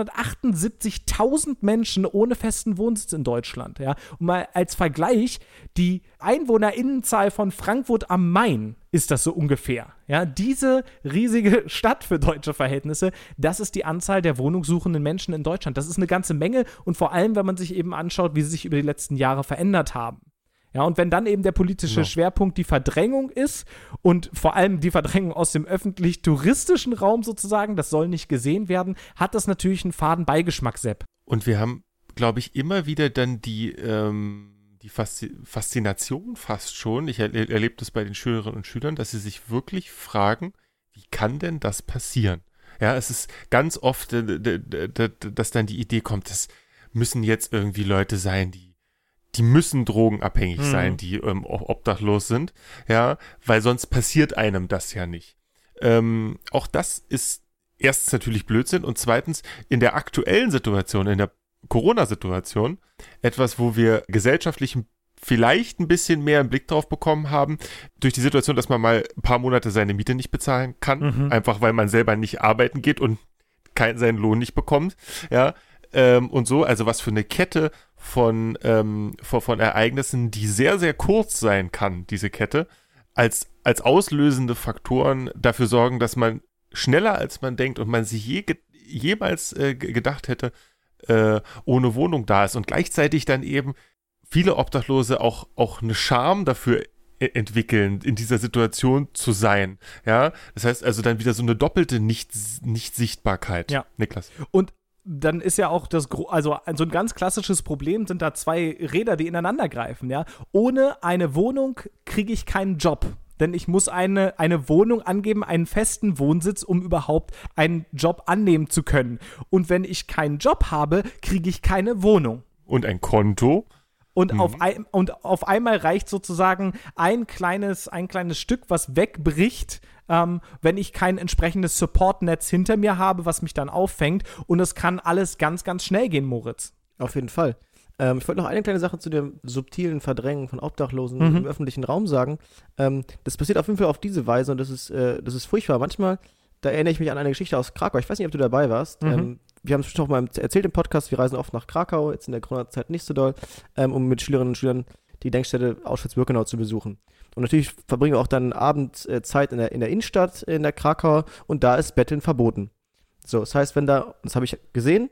678.000 Menschen ohne festen Wohnsitz in Deutschland. Ja? Und mal als Vergleich, die EinwohnerInnenzahl von Frankfurt am Main ist das so ungefähr. Ja? Diese riesige Stadt für deutsche Verhältnisse, das ist die Anzahl der wohnungssuchenden Menschen in Deutschland. Das ist eine ganze Menge, und vor allem, wenn man sich eben anschaut, wie sie sich über die letzten Jahre verändert haben. Ja, und wenn dann eben der politische Schwerpunkt die Verdrängung ist und vor allem die Verdrängung aus dem öffentlich-touristischen Raum sozusagen, das soll nicht gesehen werden, hat das natürlich einen faden Beigeschmack, Sepp. Und wir haben, glaube ich, immer wieder dann die Faszination fast schon, ich erlebe das bei den Schülerinnen und Schülern, dass sie sich wirklich fragen, wie kann denn das passieren? Ja, es ist ganz oft, dass dann die Idee kommt, das müssen jetzt irgendwie Leute sein, die müssen drogenabhängig sein, die obdachlos sind, ja, weil sonst passiert einem das ja nicht. Auch das ist erstens natürlich Blödsinn und zweitens in der aktuellen Situation, in der Corona-Situation, etwas, wo wir gesellschaftlich vielleicht ein bisschen mehr einen Blick drauf bekommen haben, durch die Situation, dass man mal ein paar Monate seine Miete nicht bezahlen kann, einfach weil man selber nicht arbeiten geht und seinen Lohn nicht bekommt, ja, und so, also was für eine Kette von Ereignissen, die sehr, sehr kurz sein kann, diese Kette, als auslösende Faktoren dafür sorgen, dass man schneller als man denkt und man sich jemals gedacht hätte, ohne Wohnung da ist und gleichzeitig dann eben viele Obdachlose auch eine Scham dafür entwickeln, in dieser Situation zu sein. Ja, das heißt also dann wieder so eine doppelte Nicht-Sichtbarkeit. Ja. Niklas. Und dann ist ja auch also so ein ganz klassisches Problem sind da zwei Räder, die ineinander greifen, ja. Ohne eine Wohnung kriege ich keinen Job. Denn ich muss eine Wohnung angeben, einen festen Wohnsitz, um überhaupt einen Job annehmen zu können. Und wenn ich keinen Job habe, kriege ich keine Wohnung. Und ein Konto. Und auf einmal reicht sozusagen ein kleines Stück, was wegbricht, wenn ich kein entsprechendes Supportnetz hinter mir habe, was mich dann auffängt. Und es kann alles ganz, ganz schnell gehen, Moritz. Auf jeden Fall. Ich wollte noch eine kleine Sache zu dem subtilen Verdrängen von Obdachlosen im öffentlichen Raum sagen. Das passiert auf jeden Fall auf diese Weise und das ist furchtbar. Manchmal, da erinnere ich mich an eine Geschichte aus Krakau. Ich weiß nicht, ob du dabei warst. Wir haben es schon mal erzählt im Podcast, wir reisen oft nach Krakau, jetzt in der Corona-Zeit nicht so doll, um mit Schülerinnen und Schülern die Denkstätte Auschwitz-Birkenau zu besuchen. Und natürlich verbringen wir auch dann Abendzeit in der Innenstadt, in der Krakau, und da ist Betteln verboten. So, das heißt, wenn da, das habe ich gesehen,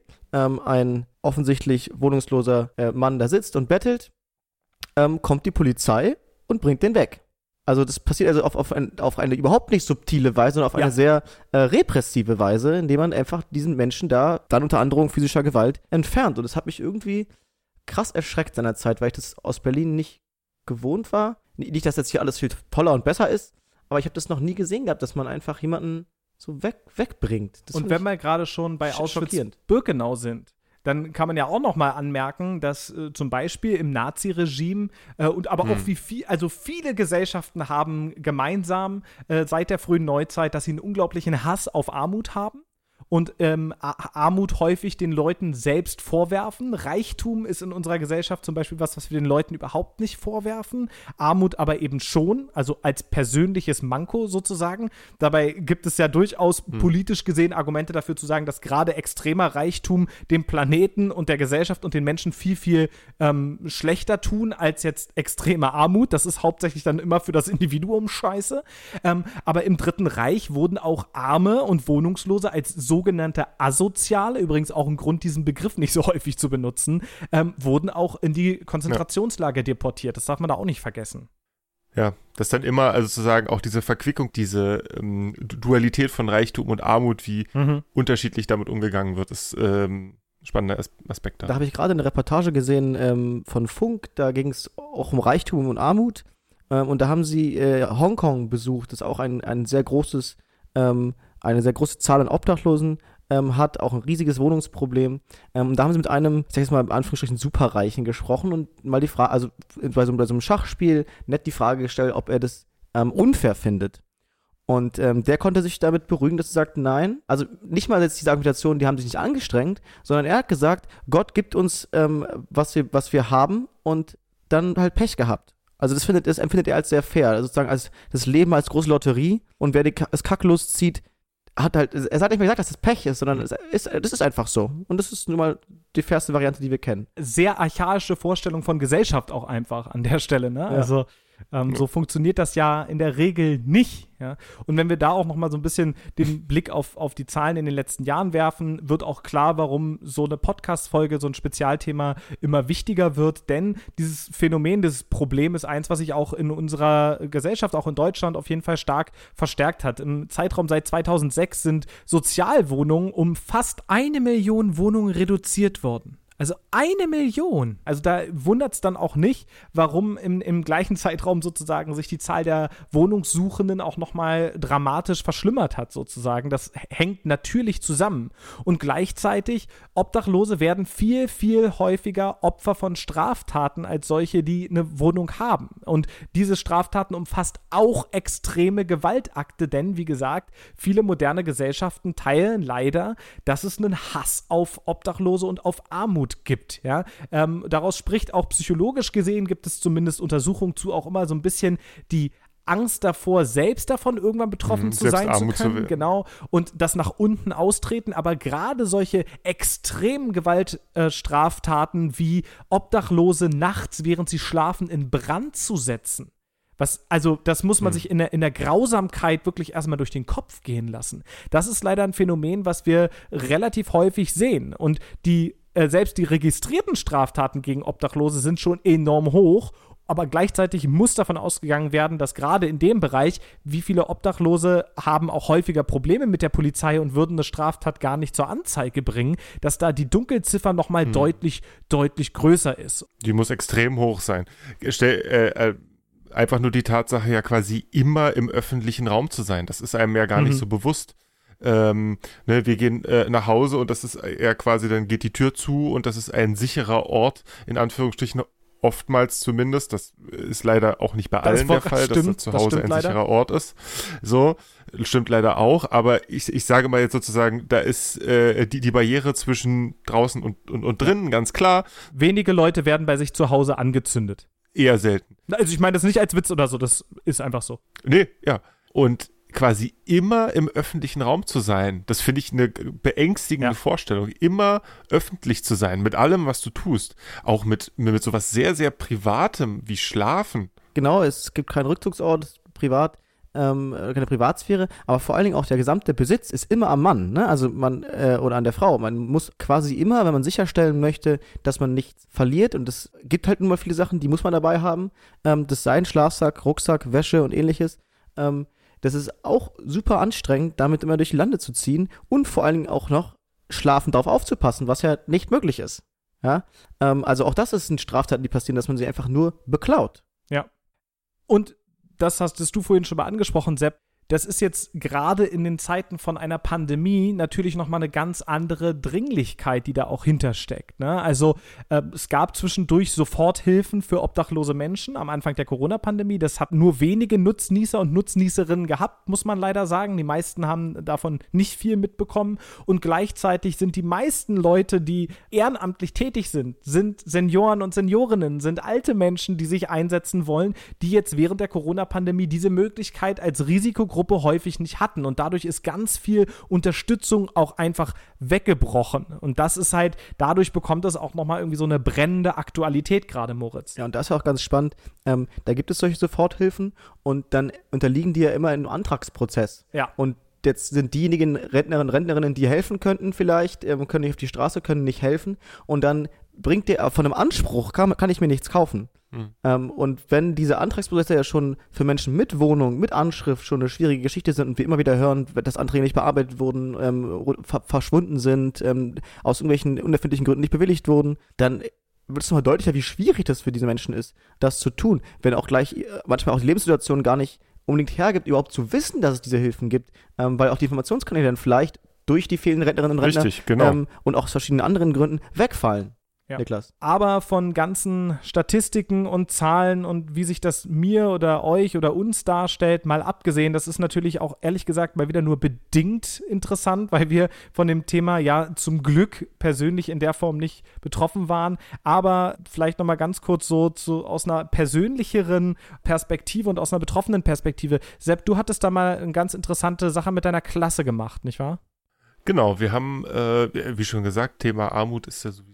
ein offensichtlich wohnungsloser Mann da sitzt und bettelt, kommt die Polizei und bringt den weg. Also das passiert also auf eine überhaupt nicht subtile Weise, sondern auf eine sehr repressive Weise, indem man einfach diesen Menschen da dann unter Androhung physischer Gewalt entfernt. Und das hat mich irgendwie krass erschreckt seinerzeit, weil ich das aus Berlin nicht gewohnt war. Nicht, dass jetzt hier alles viel toller und besser ist, aber ich habe das noch nie gesehen gehabt, dass man einfach jemanden so wegbringt. Das und wenn wir gerade schon bei Auschwitz-Birkenau sind, dann kann man ja auch noch mal anmerken, dass zum Beispiel im Naziregime aber auch viele Gesellschaften haben gemeinsam seit der frühen Neuzeit, dass sie einen unglaublichen Hass auf Armut haben. Und Armut häufig den Leuten selbst vorwerfen. Reichtum ist in unserer Gesellschaft zum Beispiel was wir den Leuten überhaupt nicht vorwerfen. Armut aber eben schon, also als persönliches Manko sozusagen. Dabei gibt es ja durchaus politisch gesehen Argumente dafür zu sagen, dass gerade extremer Reichtum dem Planeten und der Gesellschaft und den Menschen viel, viel schlechter tun als jetzt extreme Armut. Das ist hauptsächlich dann immer für das Individuum scheiße. Aber im Dritten Reich wurden auch Arme und Wohnungslose als sogenannte Asoziale, übrigens auch ein Grund, diesen Begriff nicht so häufig zu benutzen, wurden auch in die Konzentrationslager deportiert. Das darf man da auch nicht vergessen. Ja, das dann immer, also sozusagen auch diese Verquickung, diese Dualität von Reichtum und Armut, wie unterschiedlich damit umgegangen wird, ist spannender Aspekt da. Da habe ich gerade eine Reportage gesehen von Funk, da ging es auch um Reichtum und Armut und da haben sie Hongkong besucht, das auch ein sehr großes eine sehr große Zahl an Obdachlosen hat, auch ein riesiges Wohnungsproblem. Da haben sie mit einem, ich sag jetzt mal in Anführungsstrichen, Superreichen gesprochen und mal die Frage, also bei so einem Schachspiel nett die Frage gestellt, ob er das unfair findet. Und der konnte sich damit beruhigen, dass er sagt, nein, also nicht mal jetzt diese Argumentation, die haben sich nicht angestrengt, sondern er hat gesagt, Gott gibt uns, was wir haben und dann halt Pech gehabt. Also das empfindet er als sehr fair, also sozusagen als das Leben als große Lotterie und wer das Kack loszieht, er hat nicht mehr gesagt, dass das Pech ist, sondern das ist einfach so. Und das ist nun mal die fairste Variante, die wir kennen. Sehr archaische Vorstellung von Gesellschaft auch einfach an der Stelle, ne? Ja. Also so funktioniert das ja in der Regel nicht. Ja? Und wenn wir da auch noch mal so ein bisschen den Blick auf die Zahlen in den letzten Jahren werfen, wird auch klar, warum so eine Podcast-Folge, so ein Spezialthema immer wichtiger wird. Denn dieses Phänomen, dieses Problem ist eins, was sich auch in unserer Gesellschaft, auch in Deutschland auf jeden Fall stark verstärkt hat. Im Zeitraum seit 2006 sind Sozialwohnungen um fast 1 Million Wohnungen reduziert worden. Also 1 Million. Also da wundert es dann auch nicht, warum im gleichen Zeitraum sozusagen sich die Zahl der Wohnungssuchenden auch nochmal dramatisch verschlimmert hat sozusagen. Das hängt natürlich zusammen. Und gleichzeitig, Obdachlose werden viel, viel häufiger Opfer von Straftaten als solche, die eine Wohnung haben. Und diese Straftaten umfasst auch extreme Gewaltakte, denn wie gesagt, viele moderne Gesellschaften teilen leider, dass es einen Hass auf Obdachlose und auf Armut gibt, ja. Daraus spricht auch psychologisch gesehen, gibt es zumindest Untersuchungen zu, auch immer so ein bisschen die Angst davor, selbst davon irgendwann betroffen zu sein zu können, genau, und das nach unten austreten, aber gerade solche extremen Gewaltstraftaten wie Obdachlose nachts, während sie schlafen, in Brand zu setzen. Das muss man sich in der Grausamkeit wirklich erstmal durch den Kopf gehen lassen. Das ist leider ein Phänomen, was wir relativ häufig sehen. Und selbst die registrierten Straftaten gegen Obdachlose sind schon enorm hoch. Aber gleichzeitig muss davon ausgegangen werden, dass gerade in dem Bereich, wie viele Obdachlose haben auch häufiger Probleme mit der Polizei und würden eine Straftat gar nicht zur Anzeige bringen, dass da die Dunkelziffer nochmal deutlich, deutlich größer ist. Die muss extrem hoch sein. Einfach nur die Tatsache, ja quasi immer im öffentlichen Raum zu sein. Das ist einem ja gar nicht so bewusst. Wir gehen nach Hause und das ist ja quasi, dann geht die Tür zu und das ist ein sicherer Ort, in Anführungsstrichen oftmals zumindest. Das ist leider auch nicht bei allen der Fall, dass das zu Hause ein sicherer Ort ist. So, stimmt leider auch, aber ich sage mal jetzt sozusagen, da ist die Barriere zwischen draußen und drinnen ganz klar. Wenige Leute werden bei sich zu Hause angezündet. Eher selten. Also ich meine das nicht als Witz oder so, das ist einfach so. Nee, ja. Und quasi immer im öffentlichen Raum zu sein, das finde ich eine beängstigende Vorstellung. Immer öffentlich zu sein, mit allem, was du tust. Auch mit sowas sehr, sehr Privatem wie Schlafen. Genau, es gibt keinen Rückzugsort, keine Privatsphäre, aber vor allen Dingen auch der gesamte Besitz ist immer am Mann, ne? Also oder an der Frau. Man muss quasi immer, wenn man sicherstellen möchte, dass man nichts verliert, und es gibt halt nun mal viele Sachen, die muss man dabei haben, das sei ein Schlafsack, Rucksack, Wäsche und ähnliches. Das ist auch super anstrengend, damit immer durch die Lande zu ziehen und vor allen Dingen auch noch schlafend darauf aufzupassen, was ja nicht möglich ist. Ja? Also auch das sind Straftaten, die passieren, dass man sie einfach nur beklaut. Ja. Und das hast du vorhin schon mal angesprochen, Sepp. Das ist jetzt gerade in den Zeiten von einer Pandemie natürlich nochmal eine ganz andere Dringlichkeit, die da auch hintersteckt. Ne? Also es gab zwischendurch Soforthilfen für obdachlose Menschen am Anfang der Corona-Pandemie. Das hat nur wenige Nutznießer und Nutznießerinnen gehabt, muss man leider sagen. Die meisten haben davon nicht viel mitbekommen. Und gleichzeitig sind die meisten Leute, die ehrenamtlich tätig sind Senioren und Seniorinnen, sind alte Menschen, die sich einsetzen wollen, die jetzt während der Corona-Pandemie diese Möglichkeit als Risikogruppe häufig nicht hatten, und dadurch ist ganz viel Unterstützung auch einfach weggebrochen, und das ist halt, dadurch bekommt es auch nochmal irgendwie so eine brennende Aktualität gerade, Moritz. Ja, und das ist auch ganz spannend, da gibt es solche Soforthilfen und dann unterliegen die ja immer einem Antragsprozess. Ja. Und jetzt sind diejenigen Rentnerinnen und Rentnerinnen, die helfen könnten vielleicht, können nicht auf die Straße, können nicht helfen, und dann bringt der von einem Anspruch, kann ich mir nichts kaufen. Und wenn diese Antragsprozesse ja schon für Menschen mit Wohnung, mit Anschrift schon eine schwierige Geschichte sind und wir immer wieder hören, dass Anträge nicht bearbeitet wurden, verschwunden sind, aus irgendwelchen unerfindlichen Gründen nicht bewilligt wurden, dann wird es nochmal deutlicher, wie schwierig das für diese Menschen ist, das zu tun. Wenn auch gleich manchmal auch die Lebenssituation gar nicht unbedingt hergibt, überhaupt zu wissen, dass es diese Hilfen gibt, weil auch die Informationskanäle dann vielleicht durch die fehlenden Rentnerinnen und Rentner genau. Und auch aus verschiedenen anderen Gründen wegfallen. Ja. Niklas. Aber von ganzen Statistiken und Zahlen und wie sich das mir oder euch oder uns darstellt, mal abgesehen, das ist natürlich auch ehrlich gesagt mal wieder nur bedingt interessant, weil wir von dem Thema ja zum Glück persönlich in der Form nicht betroffen waren. Aber vielleicht nochmal ganz kurz so aus einer persönlicheren Perspektive und aus einer betroffenen Perspektive. Sepp, du hattest da mal eine ganz interessante Sache mit deiner Klasse gemacht, nicht wahr? Genau, wir haben, wie schon gesagt, Thema Armut ist ja sowieso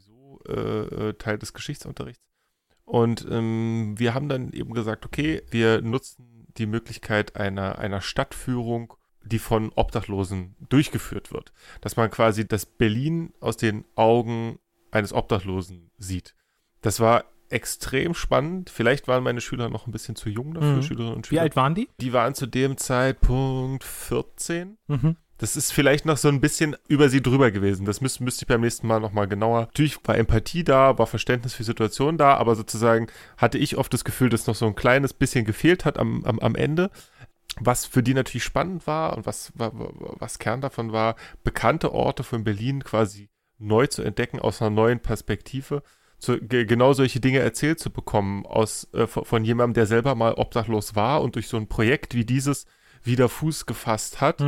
Teil des Geschichtsunterrichts. Und wir haben dann eben gesagt, okay, wir nutzen die Möglichkeit einer Stadtführung, die von Obdachlosen durchgeführt wird. Dass man quasi das Berlin aus den Augen eines Obdachlosen sieht. Das war extrem spannend. Vielleicht waren meine Schüler noch ein bisschen zu jung dafür, Schülerinnen und Schüler. Wie alt waren die? Die waren zu dem Zeitpunkt 14. Das ist vielleicht noch so ein bisschen über sie drüber gewesen. Das müsste ich beim nächsten Mal nochmal genauer. Natürlich war Empathie da, war Verständnis für Situationen da, aber sozusagen hatte ich oft das Gefühl, dass noch so ein kleines bisschen gefehlt hat am Ende. Was für die natürlich spannend war und was Kern davon war, bekannte Orte von Berlin quasi neu zu entdecken, aus einer neuen Perspektive. Genau solche Dinge erzählt zu bekommen von jemandem, der selber mal obdachlos war und durch so ein Projekt wie dieses wieder Fuß gefasst hat,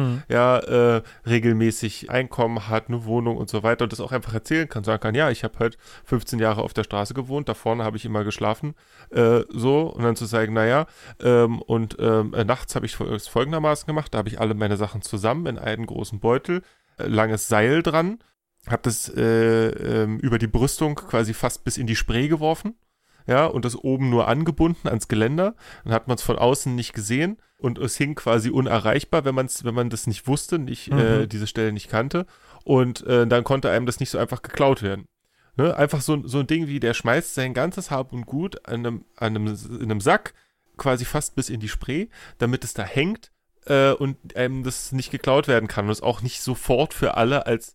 regelmäßig Einkommen hat, eine Wohnung und so weiter und das auch einfach erzählen kann, sagen kann, ja, ich habe halt 15 Jahre auf der Straße gewohnt, da vorne habe ich immer geschlafen, und dann zu sagen, nachts habe ich es folgendermaßen gemacht, da habe ich alle meine Sachen zusammen in einen großen Beutel, langes Seil dran, habe das über die Brüstung quasi fast bis in die Spree geworfen, ja, und das oben nur angebunden ans Geländer. Dann hat man es von außen nicht gesehen und es hing quasi unerreichbar, wenn man das nicht wusste, diese Stelle nicht kannte. Und dann konnte einem das nicht so einfach geklaut werden. Ne? Einfach so ein Ding wie, der schmeißt sein ganzes Hab und Gut in einem Sack quasi fast bis in die Spree, damit es da hängt und einem das nicht geklaut werden kann und es auch nicht sofort für alle als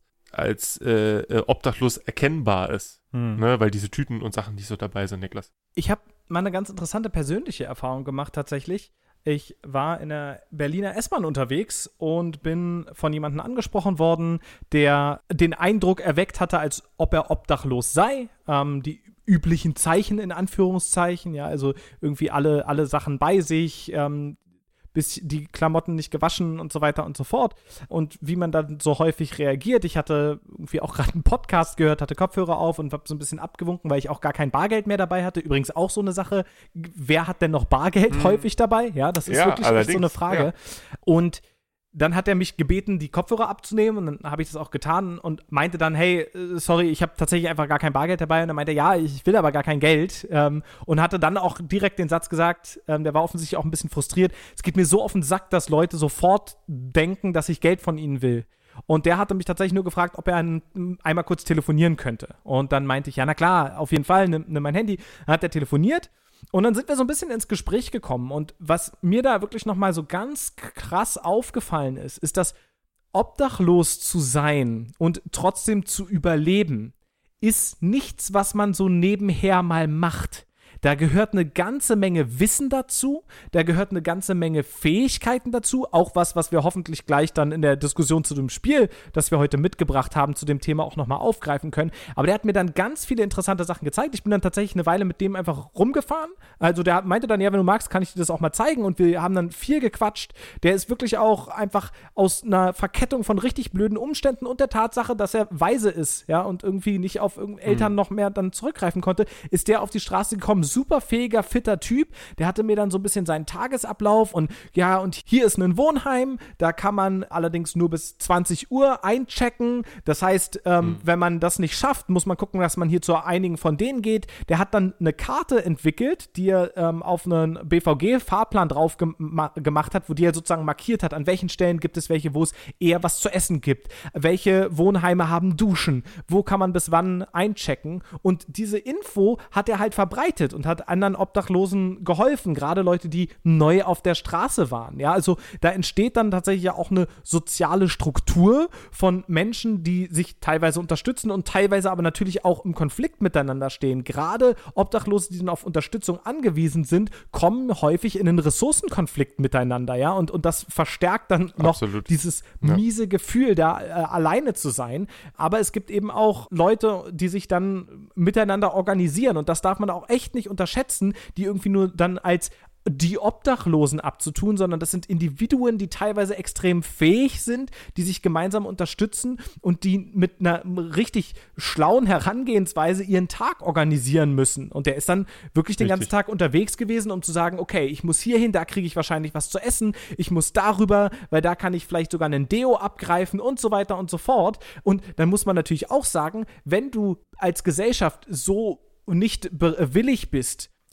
obdachlos erkennbar ist. Ne, weil diese Tüten und Sachen nicht so dabei sind, Niklas. Ich habe mal eine ganz interessante persönliche Erfahrung gemacht tatsächlich. Ich war in der Berliner S-Bahn unterwegs und bin von jemandem angesprochen worden, der den Eindruck erweckt hatte, als ob er obdachlos sei. Die üblichen Zeichen in Anführungszeichen, ja, also irgendwie alle Sachen bei sich, bis die Klamotten nicht gewaschen und so weiter und so fort. Und wie man dann so häufig reagiert. Ich hatte irgendwie auch gerade einen Podcast gehört, hatte Kopfhörer auf und habe so ein bisschen abgewunken, weil ich auch gar kein Bargeld mehr dabei hatte. Übrigens auch so eine Sache, wer hat denn noch Bargeld häufig dabei? Ja, das ist wirklich echt so eine Frage. Ja. Und dann hat er mich gebeten, die Kopfhörer abzunehmen und dann habe ich das auch getan und meinte dann, hey, sorry, ich habe tatsächlich einfach gar kein Bargeld dabei. Und dann meinte er, ja, ich will aber gar kein Geld und hatte dann auch direkt den Satz gesagt, der war offensichtlich auch ein bisschen frustriert, es geht mir so auf den Sack, dass Leute sofort denken, dass ich Geld von ihnen will. Und der hatte mich tatsächlich nur gefragt, ob er einmal kurz telefonieren könnte. Und dann meinte ich, ja, na klar, auf jeden Fall, nimm mein Handy. Dann hat er telefoniert. Und dann sind wir so ein bisschen ins Gespräch gekommen. Und was mir da wirklich nochmal so ganz krass aufgefallen ist, dass obdachlos zu sein und trotzdem zu überleben, ist nichts, was man so nebenher mal macht. Da gehört eine ganze Menge Wissen dazu, da gehört eine ganze Menge Fähigkeiten dazu, auch was wir hoffentlich gleich dann in der Diskussion zu dem Spiel, das wir heute mitgebracht haben, zu dem Thema auch nochmal aufgreifen können. Aber der hat mir dann ganz viele interessante Sachen gezeigt. Ich bin dann tatsächlich eine Weile mit dem einfach rumgefahren. Also der meinte dann, ja, wenn du magst, kann ich dir das auch mal zeigen. Und wir haben dann viel gequatscht. Der ist wirklich auch einfach aus einer Verkettung von richtig blöden Umständen und der Tatsache, dass er weise ist, ja, und irgendwie nicht auf Eltern noch mehr dann zurückgreifen konnte, ist der auf die Straße gekommen, super fähiger, fitter Typ. Der hatte mir dann so ein bisschen seinen Tagesablauf und ja, und hier ist ein Wohnheim, da kann man allerdings nur bis 20 Uhr einchecken. Das heißt, wenn man das nicht schafft, muss man gucken, dass man hier zu einigen von denen geht. Der hat dann eine Karte entwickelt, die er auf einen BVG-Fahrplan drauf gemacht hat, wo die er sozusagen markiert hat, an welchen Stellen gibt es welche, wo es eher was zu essen gibt. Welche Wohnheime haben Duschen? Wo kann man bis wann einchecken? Und diese Info hat er halt verbreitet und hat anderen Obdachlosen geholfen, gerade Leute, die neu auf der Straße waren. Ja, also da entsteht dann tatsächlich ja auch eine soziale Struktur von Menschen, die sich teilweise unterstützen und teilweise aber natürlich auch im Konflikt miteinander stehen. Gerade Obdachlose, die dann auf Unterstützung angewiesen sind, kommen häufig in einen Ressourcenkonflikt miteinander, ja, und das verstärkt dann noch dieses miese Gefühl, da alleine zu sein. Aber es gibt eben auch Leute, die sich dann miteinander organisieren und das darf man auch echt nicht unterschätzen, die irgendwie nur dann als die Obdachlosen abzutun, sondern das sind Individuen, die teilweise extrem fähig sind, die sich gemeinsam unterstützen und die mit einer richtig schlauen Herangehensweise ihren Tag organisieren müssen. Und der ist dann wirklich den ganzen Tag unterwegs gewesen, um zu sagen, okay, ich muss hier hin, da kriege ich wahrscheinlich was zu essen, ich muss darüber, weil da kann ich vielleicht sogar einen Deo abgreifen und so weiter und so fort. Und dann muss man natürlich auch sagen, wenn du als Gesellschaft so nicht willig bist,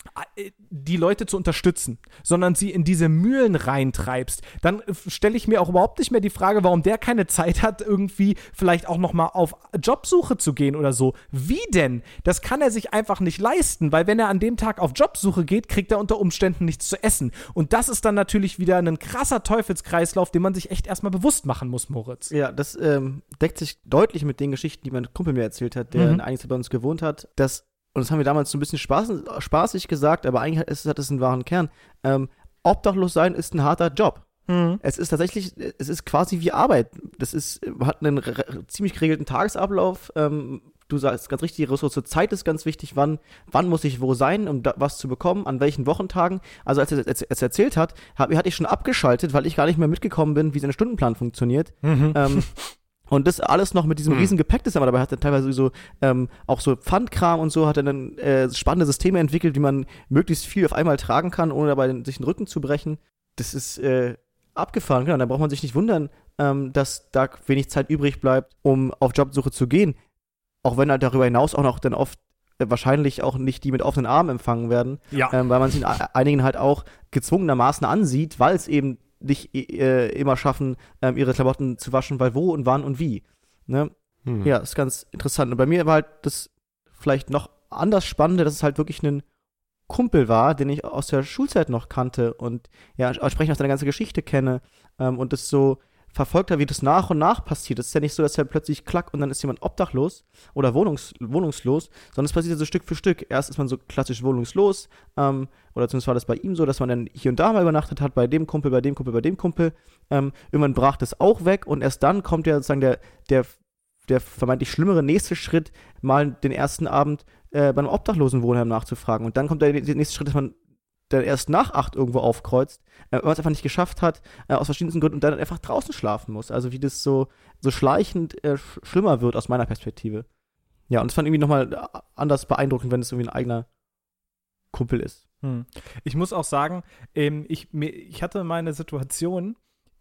die Leute zu unterstützen, sondern sie in diese Mühlen reintreibst, dann stelle ich mir auch überhaupt nicht mehr die Frage, warum der keine Zeit hat, irgendwie vielleicht auch noch mal auf Jobsuche zu gehen oder so. Wie denn? Das kann er sich einfach nicht leisten, weil wenn er an dem Tag auf Jobsuche geht, kriegt er unter Umständen nichts zu essen. Und das ist dann natürlich wieder ein krasser Teufelskreislauf, den man sich echt erstmal bewusst machen muss, Moritz. Ja, das deckt sich deutlich mit den Geschichten, die mein Kumpel mir erzählt hat, der in einiger Zeit bei uns gewohnt hat, und das haben wir damals so ein bisschen spaßig gesagt, aber eigentlich hat es einen wahren Kern. Obdachlos sein ist ein harter Job. Es ist tatsächlich, es ist quasi wie Arbeit. Hat einen ziemlich geregelten Tagesablauf. Du sagst ganz richtig, die Ressource Zeit ist ganz wichtig. Wann muss ich wo sein, um was zu bekommen, an welchen Wochentagen. Also als er erzählt hat, hatte ich schon abgeschaltet, weil ich gar nicht mehr mitgekommen bin, wie sein Stundenplan funktioniert. Und das alles noch mit diesem riesen Gepäck, das er dabei hatte, teilweise so auch so Pfandkram und so, hat er dann spannende Systeme entwickelt, wie man möglichst viel auf einmal tragen kann, ohne dabei sich den Rücken zu brechen. Das ist abgefahren, genau. Da braucht man sich nicht wundern, dass da wenig Zeit übrig bleibt, um auf Jobsuche zu gehen. Auch wenn halt darüber hinaus auch noch dann oft wahrscheinlich auch nicht die mit offenen Armen empfangen werden, weil man es in einigen halt auch gezwungenermaßen ansieht, weil es eben nicht immer schaffen, ihre Klamotten zu waschen, weil wo und wann und wie. Ne? Ja, ist ganz interessant. Und bei mir war halt das vielleicht noch anders Spannende, dass es halt wirklich ein Kumpel war, den ich aus der Schulzeit noch kannte und ja, entsprechend auch seine ganze Geschichte kenne und das so verfolgt habe, wie das nach und nach passiert. Es ist ja nicht so, dass er plötzlich klack und dann ist jemand obdachlos oder wohnungslos, sondern es passiert ja so Stück für Stück. Erst ist man so klassisch wohnungslos, oder zumindest war das bei ihm so, dass man dann hier und da mal übernachtet hat, bei dem Kumpel, bei dem Kumpel, bei dem Kumpel. Irgendwann brach das auch weg und erst dann kommt ja sozusagen der vermeintlich schlimmere nächste Schritt, mal den ersten Abend bei einem Obdachlosenwohnheim nachzufragen. Und dann kommt der nächste Schritt, dass man dann erst nach 8 irgendwo aufkreuzt, weil man es einfach nicht geschafft hat, aus verschiedensten Gründen, und dann einfach draußen schlafen muss. Also wie das so schleichend schlimmer wird aus meiner Perspektive. Ja, und es fand irgendwie nochmal anders beeindruckend, wenn es irgendwie ein eigener Kumpel ist. Ich muss auch sagen, ich hatte meine Situation,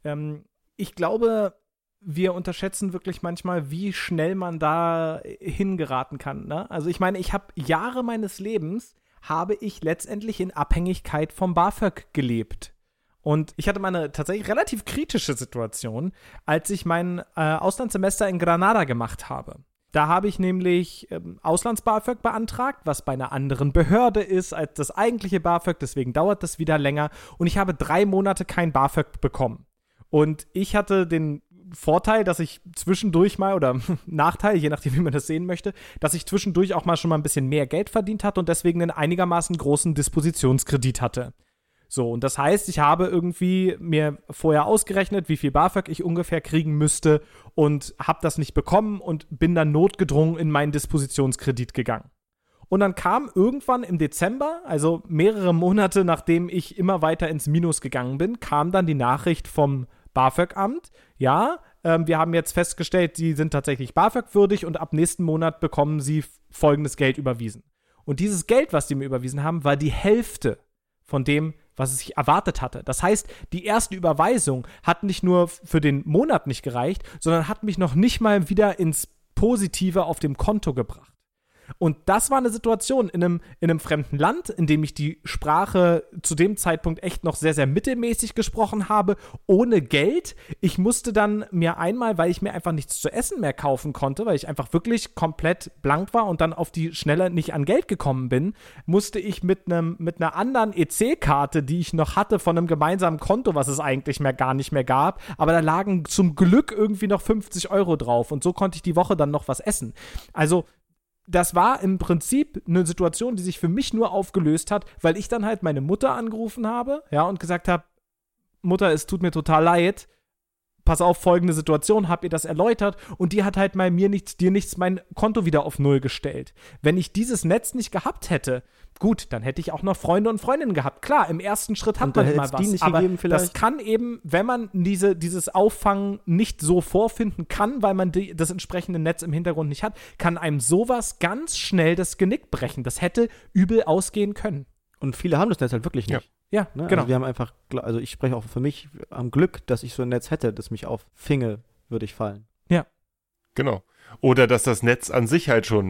ich glaube, wir unterschätzen wirklich manchmal, wie schnell man da hingeraten kann. Ne? Also ich meine, ich habe Jahre meines Lebens habe ich letztendlich in Abhängigkeit vom BAföG gelebt. Und ich hatte mal eine tatsächlich relativ kritische Situation, als ich mein Auslandssemester in Granada gemacht habe. Da habe ich nämlich Auslands-BAföG beantragt, was bei einer anderen Behörde ist als das eigentliche BAföG, deswegen dauert das wieder länger. Und ich habe 3 Monate kein BAföG bekommen. Und ich hatte den Vorteil, dass ich zwischendurch mal, oder Nachteil, je nachdem, wie man das sehen möchte, dass ich zwischendurch auch mal schon mal ein bisschen mehr Geld verdient hatte und deswegen einen einigermaßen großen Dispositionskredit hatte. So, und das heißt, ich habe irgendwie mir vorher ausgerechnet, wie viel BAföG ich ungefähr kriegen müsste und habe das nicht bekommen und bin dann notgedrungen in meinen Dispositionskredit gegangen. Und dann kam irgendwann im Dezember, also mehrere Monate nachdem ich immer weiter ins Minus gegangen bin, kam dann die Nachricht vom BAföG-Amt, ja, wir haben jetzt festgestellt, Sie sind tatsächlich BAföG-würdig und ab nächsten Monat bekommen Sie folgendes Geld überwiesen. Und dieses Geld, was die mir überwiesen haben, war die Hälfte von dem, was ich erwartet hatte. Das heißt, die erste Überweisung hat nicht nur für den Monat nicht gereicht, sondern hat mich noch nicht mal wieder ins Positive auf dem Konto gebracht. Und das war eine Situation in einem fremden Land, in dem ich die Sprache zu dem Zeitpunkt echt noch sehr, sehr mittelmäßig gesprochen habe, ohne Geld. Ich musste dann mir einmal, weil ich mir einfach nichts zu essen mehr kaufen konnte, weil ich einfach wirklich komplett blank war und dann auf die Schnelle nicht an Geld gekommen bin, musste ich mit einer anderen EC-Karte, die ich noch hatte, von einem gemeinsamen Konto, was es eigentlich gar nicht mehr gab, aber da lagen zum Glück irgendwie noch 50 € drauf und so konnte ich die Woche dann noch was essen. Also das war im Prinzip eine Situation, die sich für mich nur aufgelöst hat, weil ich dann halt meine Mutter angerufen habe, ja, und gesagt habe, Mutter, es tut mir total leid, pass auf, folgende Situation, hab ihr das erläutert und die hat halt mal dir nichts mein Konto wieder auf Null gestellt. Wenn ich dieses Netz nicht gehabt hätte, gut, dann hätte ich auch noch Freunde und Freundinnen gehabt. Klar, im ersten Schritt hat man immer was, aber das kann eben, wenn man dieses Auffangen nicht so vorfinden kann, weil man das entsprechende Netz im Hintergrund nicht hat, kann einem sowas ganz schnell das Genick brechen. Das hätte übel ausgehen können. Und viele haben das Netz halt wirklich nicht. Ja, ne? Genau. Also wir haben einfach, also ich spreche auch für mich, am Glück, dass ich so ein Netz hätte, das mich auffinge, würde ich fallen. Ja. Genau. Oder dass das Netz an sich halt schon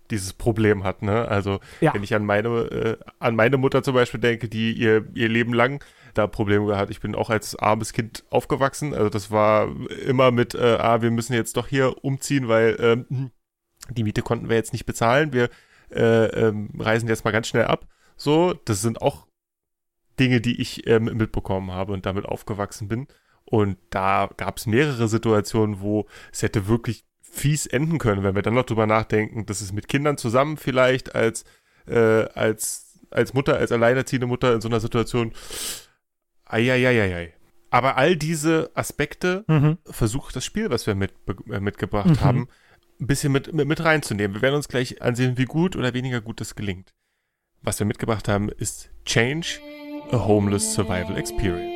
dieses Problem hat, ne? Also wenn ich an meine Mutter zum Beispiel denke, die ihr Leben lang da Probleme gehabt. Ich bin auch als armes Kind aufgewachsen. Also das war immer mit, wir müssen jetzt doch hier umziehen, weil die Miete konnten wir jetzt nicht bezahlen. Wir reisen jetzt mal ganz schnell ab. So, das sind auch Dinge, die ich mitbekommen habe und damit aufgewachsen bin. Und da gab es mehrere Situationen, wo es hätte wirklich fies enden können, wenn wir dann noch drüber nachdenken, dass es mit Kindern zusammen vielleicht als Mutter, als alleinerziehende Mutter in so einer Situation, aber all diese Aspekte versucht das Spiel, was wir mitgebracht haben, ein bisschen mit reinzunehmen. Wir werden uns gleich ansehen, wie gut oder weniger gut das gelingt. Was wir mitgebracht haben, ist Change, a Homeless Survival Experience.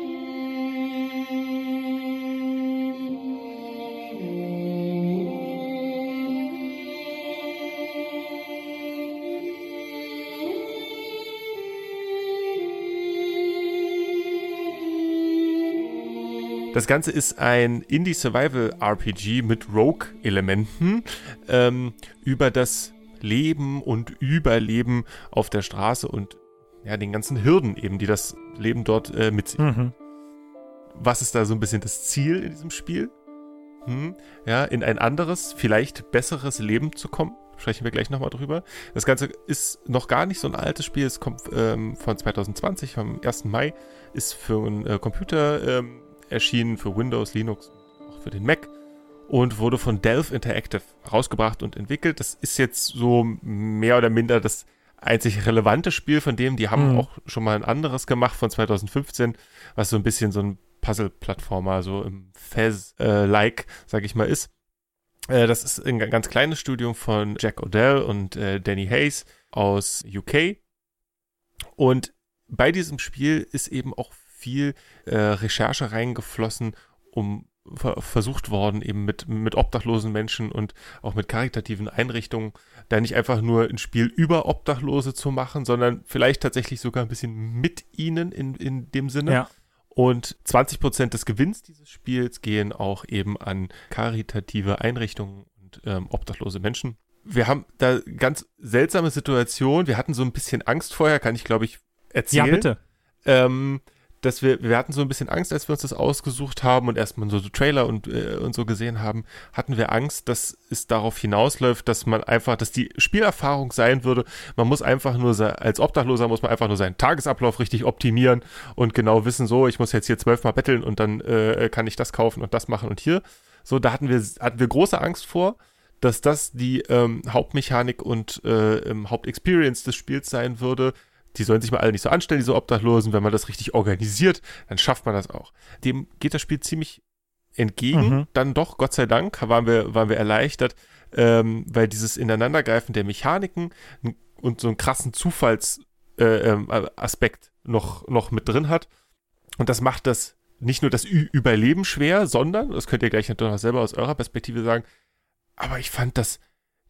Das Ganze ist ein Indie-Survival-RPG mit Rogue-Elementen über das Leben und Überleben auf der Straße und den ganzen Hürden eben, die das Leben dort mitzieht. Was ist da so ein bisschen das Ziel in diesem Spiel? In ein anderes, vielleicht besseres Leben zu kommen. Sprechen wir gleich nochmal drüber. Das Ganze ist noch gar nicht so ein altes Spiel. Es kommt von 2020, vom 1. Mai, ist für einen Computer erschienen, für Windows, Linux und auch für den Mac und wurde von Delve Interactive rausgebracht und entwickelt. Das ist jetzt so mehr oder minder das einzig relevante Spiel von dem. Die haben auch schon mal ein anderes gemacht von 2015, was so ein bisschen so ein Puzzle-Plattformer, so im Fez-like, sag ich mal, ist. Das ist ein ganz kleines Studio von Jack O'Dell und Danny Hayes aus UK. Und bei diesem Spiel ist eben auch viel Recherche reingeflossen, versucht worden, eben mit obdachlosen Menschen und auch mit karitativen Einrichtungen, da nicht einfach nur ein Spiel über Obdachlose zu machen, sondern vielleicht tatsächlich sogar ein bisschen mit ihnen in dem Sinne. Ja. Und 20% des Gewinns dieses Spiels gehen auch eben an karitative Einrichtungen und obdachlose Menschen. Wir haben da ganz seltsame Situationen. Wir hatten so ein bisschen Angst vorher, kann ich, glaube ich, erzählen. Ja, bitte. Dass wir hatten so ein bisschen Angst, als wir uns das ausgesucht haben und erstmal so Trailer und so gesehen haben, hatten wir Angst, dass es darauf hinausläuft, dass die Spielerfahrung sein würde, man muss einfach nur, als Obdachloser muss man einfach nur seinen Tagesablauf richtig optimieren und genau wissen, so, ich muss jetzt hier 12 Mal betteln und dann kann ich das kaufen und das machen und hier. So, da hatten wir große Angst vor, dass das die Hauptmechanik und Hauptexperience des Spiels sein würde. Die sollen sich mal alle nicht so anstellen, diese Obdachlosen. Wenn man das richtig organisiert, dann schafft man das auch. Dem geht das Spiel ziemlich entgegen. Dann doch, Gott sei Dank, waren wir erleichtert, weil dieses Ineinandergreifen der Mechaniken und so einen krassen Zufallsaspekt noch mit drin hat. Und das macht das nicht nur das Überleben schwer, sondern, das könnt ihr gleich natürlich noch selber aus eurer Perspektive sagen, aber ich fand das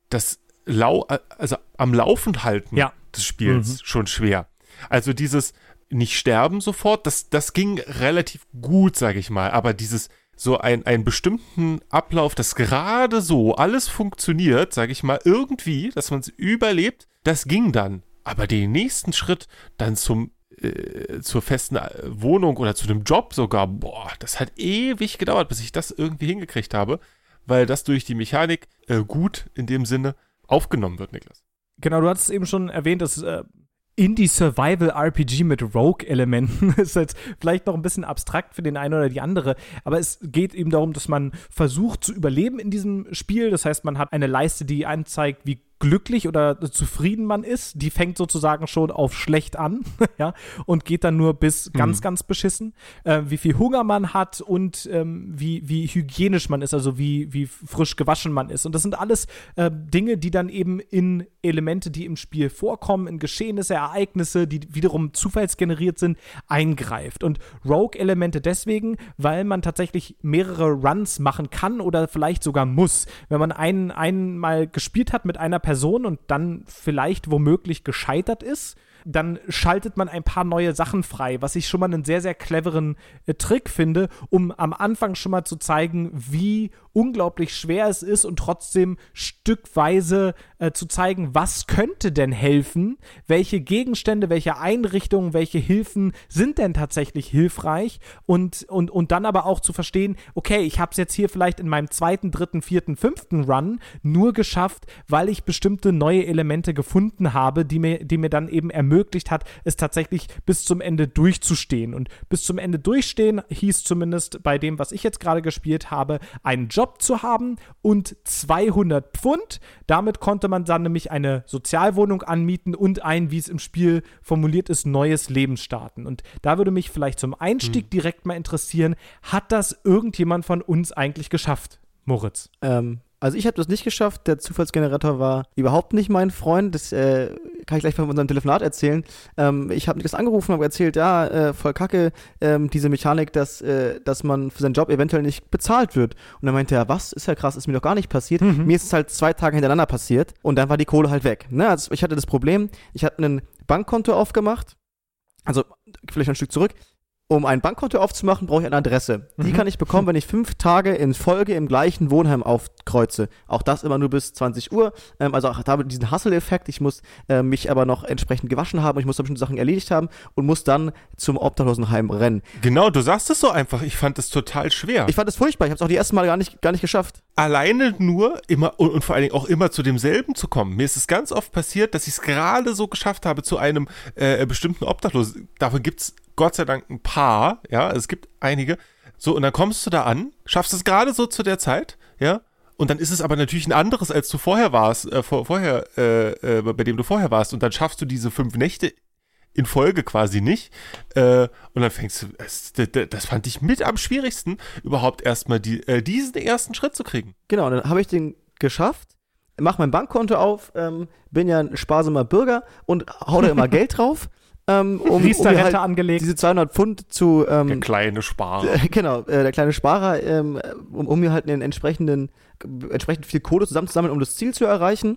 am Laufen halten des Spiels schon schwer. Also dieses nicht sterben sofort, das ging relativ gut, sage ich mal, aber dieses so einen bestimmten Ablauf, dass gerade so alles funktioniert, sage ich mal, irgendwie, dass man es überlebt, das ging dann. Aber den nächsten Schritt dann zur festen Wohnung oder zu einem Job sogar, das hat ewig gedauert, bis ich das irgendwie hingekriegt habe, weil das durch die Mechanik gut in dem Sinne aufgenommen wird, Niklas. Genau, du hattest eben schon erwähnt, dass Indie-Survival-RPG mit Rogue-Elementen ist jetzt vielleicht noch ein bisschen abstrakt für den einen oder die andere, aber es geht eben darum, dass man versucht zu überleben in diesem Spiel. Das heißt, man hat eine Leiste, die anzeigt, wie glücklich oder zufrieden man ist, die fängt sozusagen schon auf schlecht an, ja, und geht dann nur bis ganz, ganz beschissen. Wie viel Hunger man hat und wie hygienisch man ist, also wie frisch gewaschen man ist. Und das sind alles Dinge, die dann eben in Elemente, die im Spiel vorkommen, in Geschehnisse, Ereignisse, die wiederum zufallsgeneriert sind, eingreift. Und Rogue-Elemente deswegen, weil man tatsächlich mehrere Runs machen kann oder vielleicht sogar muss. Wenn man einmal gespielt hat mit einer Person und dann vielleicht womöglich gescheitert ist, dann schaltet man ein paar neue Sachen frei, was ich schon mal einen sehr, sehr cleveren Trick finde, um am Anfang schon mal zu zeigen, wie unglaublich schwer es ist und trotzdem stückweise zu zeigen, was könnte denn helfen, welche Gegenstände, welche Einrichtungen, welche Hilfen sind denn tatsächlich hilfreich und dann aber auch zu verstehen, okay, ich habe es jetzt hier vielleicht in meinem 2., 3., 4., 5. Run nur geschafft, weil ich bestimmte neue Elemente gefunden habe, die mir dann eben ermöglicht hat, es tatsächlich bis zum Ende durchzustehen. Und bis zum Ende durchstehen hieß zumindest bei dem, was ich jetzt gerade gespielt habe, einen Job zu haben und 200 Pfund. Damit konnte man dann nämlich eine Sozialwohnung anmieten und ein, wie es im Spiel formuliert ist, neues Leben starten. Und da würde mich vielleicht zum Einstieg direkt mal interessieren, hat das irgendjemand von uns eigentlich geschafft, Moritz? Also ich habe das nicht geschafft, der Zufallsgenerator war überhaupt nicht mein Freund, das kann ich gleich von unserem Telefonat erzählen. Ich habe Niklas angerufen, habe erzählt, voll kacke, diese Mechanik, dass man für seinen Job eventuell nicht bezahlt wird. Und dann meinte er, was, ist ja krass, ist mir doch gar nicht passiert. Mir ist es halt 2 Tage hintereinander passiert und dann war die Kohle halt weg. Ne? Also ich hatte das Problem, ich hatte ein Bankkonto aufgemacht, also vielleicht ein Stück zurück. Um ein Bankkonto aufzumachen, brauche ich eine Adresse. Die kann ich bekommen, wenn ich 5 Tage in Folge im gleichen Wohnheim aufkreuze. Auch das immer nur bis 20 Uhr. Also auch da habe ich diesen Hustle-Effekt. Ich muss mich aber noch entsprechend gewaschen haben. Ich muss da bestimmte Sachen erledigt haben und muss dann zum Obdachlosenheim rennen. Genau, du sagst es so einfach. Ich fand es total schwer. Ich fand es furchtbar. Ich habe es auch die ersten Mal gar nicht geschafft. Alleine nur immer und vor allen Dingen auch immer zu demselben zu kommen. Mir ist es ganz oft passiert, dass ich es gerade so geschafft habe zu einem bestimmten Obdachlosen. Davon gibt's Gott sei Dank ein paar, ja, es gibt einige. So, und dann kommst du da an, schaffst es gerade so zu der Zeit, ja, und dann ist es aber natürlich ein anderes, als du vorher warst, bei dem du vorher warst, und dann schaffst du diese 5 Nächte in Folge quasi nicht, und dann fängst du, das fand ich mit am schwierigsten, überhaupt erstmal diesen ersten Schritt zu kriegen. Genau, dann habe ich den geschafft, mach mein Bankkonto auf, bin ja ein sparsamer Bürger und hau da immer Geld drauf. Um mir halt angelegt. Diese 200 Pfund zu der kleine Sparer. Genau, der kleine Sparer, um mir halt einen entsprechend viel Kohle zusammenzusammeln, um das Ziel zu erreichen.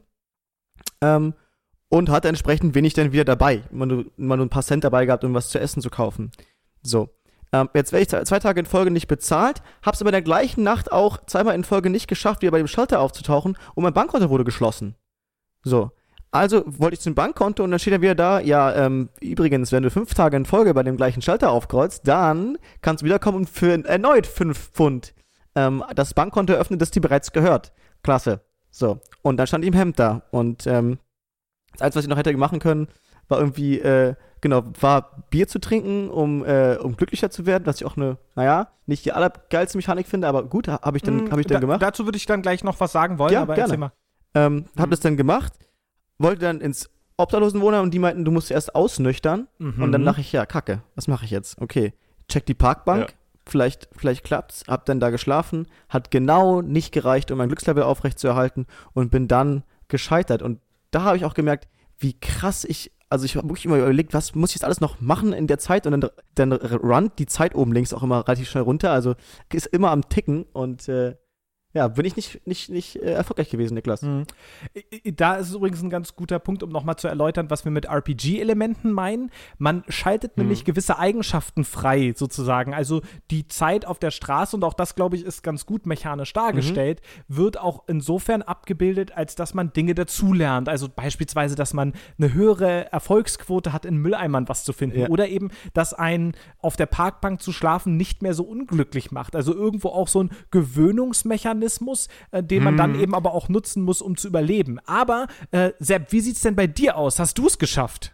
Und hatte entsprechend wenig dann wieder dabei. Immer nur ein paar Cent dabei gehabt, um was zu essen zu kaufen. So. Jetzt werde ich 2 Tage in Folge nicht bezahlt, hab's aber in der gleichen Nacht auch 2-mal in Folge nicht geschafft, wieder bei dem Schalter aufzutauchen und mein Bankkonto wurde geschlossen. So. Also wollte ich zum Bankkonto und dann steht er wieder da, übrigens, wenn du 5 Tage in Folge bei dem gleichen Schalter aufkreuzt, dann kannst du wiederkommen und für erneut 5 Pfund das Bankkonto öffnen, das dir bereits gehört. Klasse. So. Und dann stand ich im Hemd da und das Einzige, was ich noch hätte machen können, war irgendwie, war Bier zu trinken, um glücklicher zu werden, was ich auch nicht die allergeilste Mechanik finde, aber gut, habe ich dann gemacht. Dazu würde ich dann gleich noch was sagen wollen, ja, aber gerne. erzähl mal. Hab das dann gemacht, wollte dann ins Obdachlosenwohnheim und die meinten, du musst erst ausnüchtern. Und dann dachte ich, ja, kacke, was mache ich jetzt? Okay, check die Parkbank, vielleicht klappt's, hab dann da geschlafen, hat genau nicht gereicht, um mein Glückslevel aufrechtzuerhalten und bin dann gescheitert. Und da habe ich auch gemerkt, wie krass ich habe wirklich immer überlegt, was muss ich jetzt alles noch machen in der Zeit und dann runnt die Zeit oben links auch immer relativ schnell runter, also ist immer am Ticken und bin ich nicht erfolgreich gewesen, Niklas. Da ist es übrigens ein ganz guter Punkt, um nochmal zu erläutern, was wir mit RPG-Elementen meinen. Man schaltet nämlich gewisse Eigenschaften frei, sozusagen. Also die Zeit auf der Straße, und auch das, glaube ich, ist ganz gut mechanisch dargestellt, wird auch insofern abgebildet, als dass man Dinge dazulernt. Also beispielsweise, dass man eine höhere Erfolgsquote hat, in Mülleimern was zu finden. Ja. Oder eben, dass einen auf der Parkbank zu schlafen nicht mehr so unglücklich macht. Also irgendwo auch so ein Gewöhnungsmechanismus, den man dann eben aber auch nutzen muss, um zu überleben. Aber, Sepp, wie sieht's denn bei dir aus? Hast du es geschafft?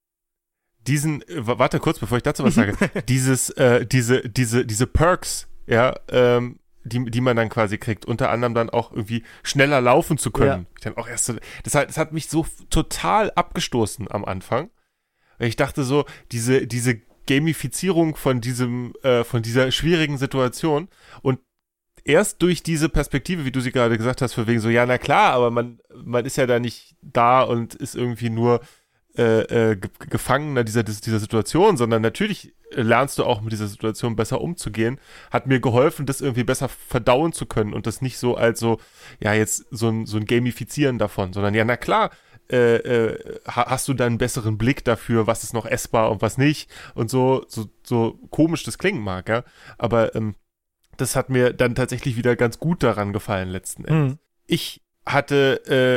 Warte kurz, bevor ich dazu was sage. diese Perks, ja, die man dann quasi kriegt, unter anderem dann auch irgendwie schneller laufen zu können. Ja. Ich dann auch erst so, das hat mich so total abgestoßen am Anfang. Weil ich dachte so, diese Gamifizierung von dieser schwierigen Situation und erst durch diese Perspektive, wie du sie gerade gesagt hast, für wegen so, ja, na klar, aber man ist ja da nicht da und ist irgendwie nur Gefangener dieser Situation, sondern natürlich lernst du auch mit dieser Situation besser umzugehen, hat mir geholfen, das irgendwie besser verdauen zu können und das nicht so als so, ja, jetzt so ein Gamifizieren davon, sondern ja, na klar, hast du dann einen besseren Blick dafür, was ist noch essbar und was nicht und so komisch das klingen mag, ja, aber das hat mir dann tatsächlich wieder ganz gut daran gefallen letzten Endes. Ich habe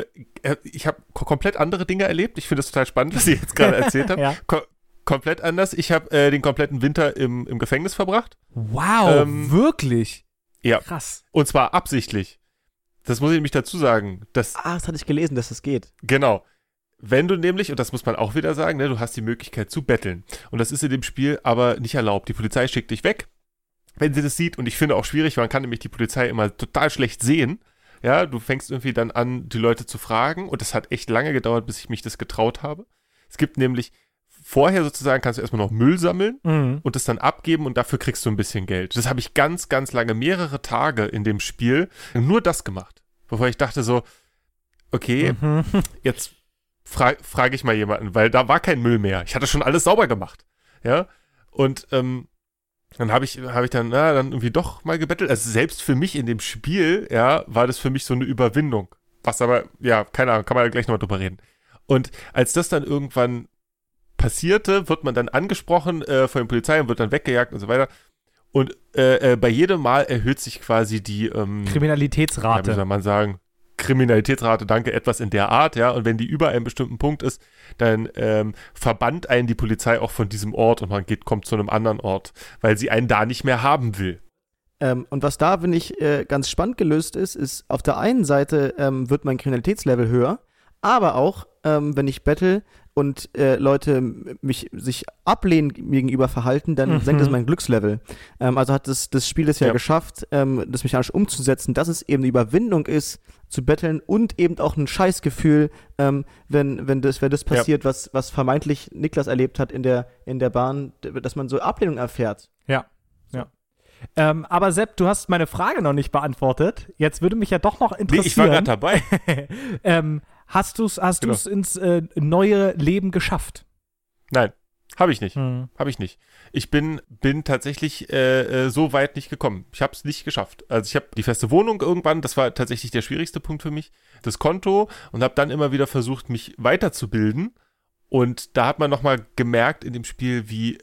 komplett andere Dinge erlebt. Ich finde es total spannend, was ich jetzt gerade erzählt habe. Ja. Komplett anders. Ich habe den kompletten Winter im Gefängnis verbracht. Wow, wirklich? Ja. Krass. Und zwar absichtlich. Das muss ich nämlich dazu sagen. Das hatte ich gelesen, dass das geht. Genau. Wenn du nämlich, und das muss man auch wieder sagen, ne, du hast die Möglichkeit zu betteln. Und das ist in dem Spiel aber nicht erlaubt. Die Polizei schickt dich weg, wenn sie das sieht. Und ich finde auch schwierig, man kann nämlich die Polizei immer total schlecht sehen. Ja, du fängst irgendwie dann an, die Leute zu fragen. Und das hat echt lange gedauert, bis ich mich das getraut habe. Es gibt nämlich vorher sozusagen, kannst du erstmal noch Müll sammeln und das dann abgeben und dafür kriegst du ein bisschen Geld. Das habe ich ganz, ganz lange, mehrere Tage in dem Spiel nur das gemacht. Bevor ich dachte so, okay, jetzt frage ich mal jemanden, weil da war kein Müll mehr. Ich hatte schon alles sauber gemacht. Ja, und dann habe ich dann irgendwie doch mal gebettelt. Also selbst für mich in dem Spiel, ja, war das für mich so eine Überwindung. Was aber, ja, keine Ahnung, kann man gleich nochmal drüber reden. Und als das dann irgendwann passierte, wird man dann angesprochen von der Polizei und wird dann weggejagt und so weiter. Und bei jedem Mal erhöht sich quasi die Kriminalitätsrate. Ja, wie soll man sagen? Kriminalitätsrate, danke, etwas in der Art, ja. Und wenn die über einen bestimmten Punkt ist, dann verbannt einen die Polizei auch von diesem Ort und man kommt zu einem anderen Ort, weil sie einen da nicht mehr haben will. Und was da, finde ich, ganz spannend gelöst ist, auf der einen Seite wird mein Kriminalitätslevel höher, aber auch, wenn ich battle und Leute sich ablehnen mir gegenüber verhalten, dann senkt das mein Glückslevel. Also hat das Spiel es ja geschafft, das mechanisch umzusetzen, dass es eben eine Überwindung ist, zu battlen und eben auch ein Scheißgefühl, wenn das passiert, was vermeintlich Niklas erlebt hat in der Bahn, dass man so Ablehnung erfährt. Ja. Aber Sepp, du hast meine Frage noch nicht beantwortet. Jetzt würde mich ja doch noch interessieren. Nee, ich war gerade dabei. Hast du's ins neue Leben geschafft? Nein, habe ich nicht. Habe ich nicht. Ich bin tatsächlich so weit nicht gekommen. Ich habe es nicht geschafft. Also ich habe die feste Wohnung irgendwann, das war tatsächlich der schwierigste Punkt für mich, das Konto, und habe dann immer wieder versucht, mich weiterzubilden. Und da hat man nochmal gemerkt in dem Spiel, wie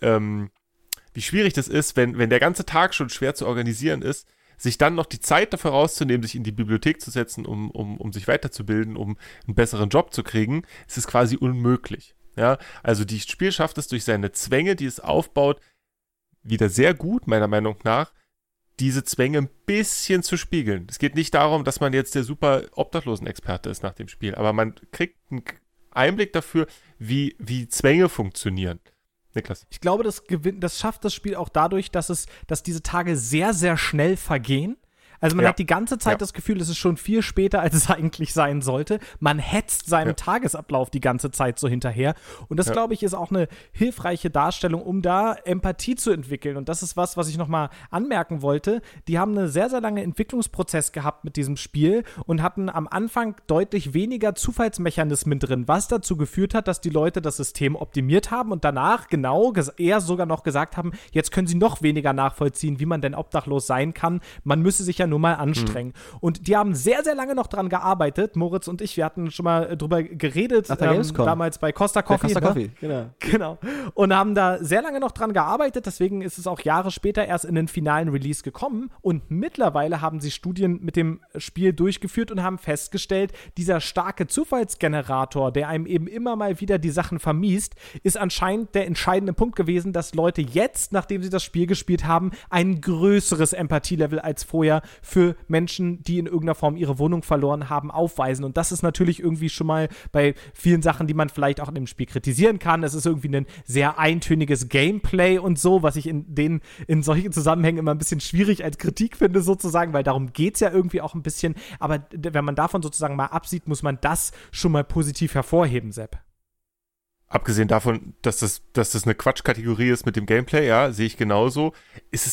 schwierig das ist, wenn der ganze Tag schon schwer zu organisieren ist, sich dann noch die Zeit dafür rauszunehmen, sich in die Bibliothek zu setzen, um sich weiterzubilden, um einen besseren Job zu kriegen, ist es quasi unmöglich. Ja, also das Spiel schafft es durch seine Zwänge, die es aufbaut, wieder sehr gut, meiner Meinung nach, diese Zwänge ein bisschen zu spiegeln. Es geht nicht darum, dass man jetzt der super Obdachlosenexperte ist nach dem Spiel, aber man kriegt einen Einblick dafür, wie Zwänge funktionieren. Niklas. Ich glaube, das schafft das Spiel auch dadurch, dass diese Tage sehr, sehr schnell vergehen. Also man hat die ganze Zeit das Gefühl, es ist schon viel später, als es eigentlich sein sollte. Man hetzt seinem Tagesablauf die ganze Zeit so hinterher. Und das, glaube ich, ist auch eine hilfreiche Darstellung, um da Empathie zu entwickeln. Und das ist was ich nochmal anmerken wollte. Die haben einen sehr, sehr langen Entwicklungsprozess gehabt mit diesem Spiel und hatten am Anfang deutlich weniger Zufallsmechanismen drin, was dazu geführt hat, dass die Leute das System optimiert haben und danach eher sogar noch gesagt haben, jetzt können sie noch weniger nachvollziehen, wie man denn obdachlos sein kann. Man müsse sich ja nur mal anstrengen. Und die haben sehr, sehr lange noch dran gearbeitet. Moritz und ich, wir hatten schon mal drüber geredet, damals bei Costa Coffee. Coffee, genau. Und haben da sehr lange noch dran gearbeitet, deswegen ist es auch Jahre später erst in den finalen Release gekommen. Und mittlerweile haben sie Studien mit dem Spiel durchgeführt und haben festgestellt, dieser starke Zufallsgenerator, der einem eben immer mal wieder die Sachen vermiest, ist anscheinend der entscheidende Punkt gewesen, dass Leute jetzt, nachdem sie das Spiel gespielt haben, ein größeres Empathielevel als vorher für Menschen, die in irgendeiner Form ihre Wohnung verloren haben, aufweisen. Und das ist natürlich irgendwie schon mal bei vielen Sachen, die man vielleicht auch in dem Spiel kritisieren kann. Es ist irgendwie ein sehr eintöniges Gameplay und so, was ich in solchen Zusammenhängen immer ein bisschen schwierig als Kritik finde, sozusagen, weil darum geht es ja irgendwie auch ein bisschen. Aber wenn man davon sozusagen mal absieht, muss man das schon mal positiv hervorheben, Sepp. Abgesehen davon, dass das eine Quatschkategorie ist mit dem Gameplay, ja, sehe ich genauso. Ist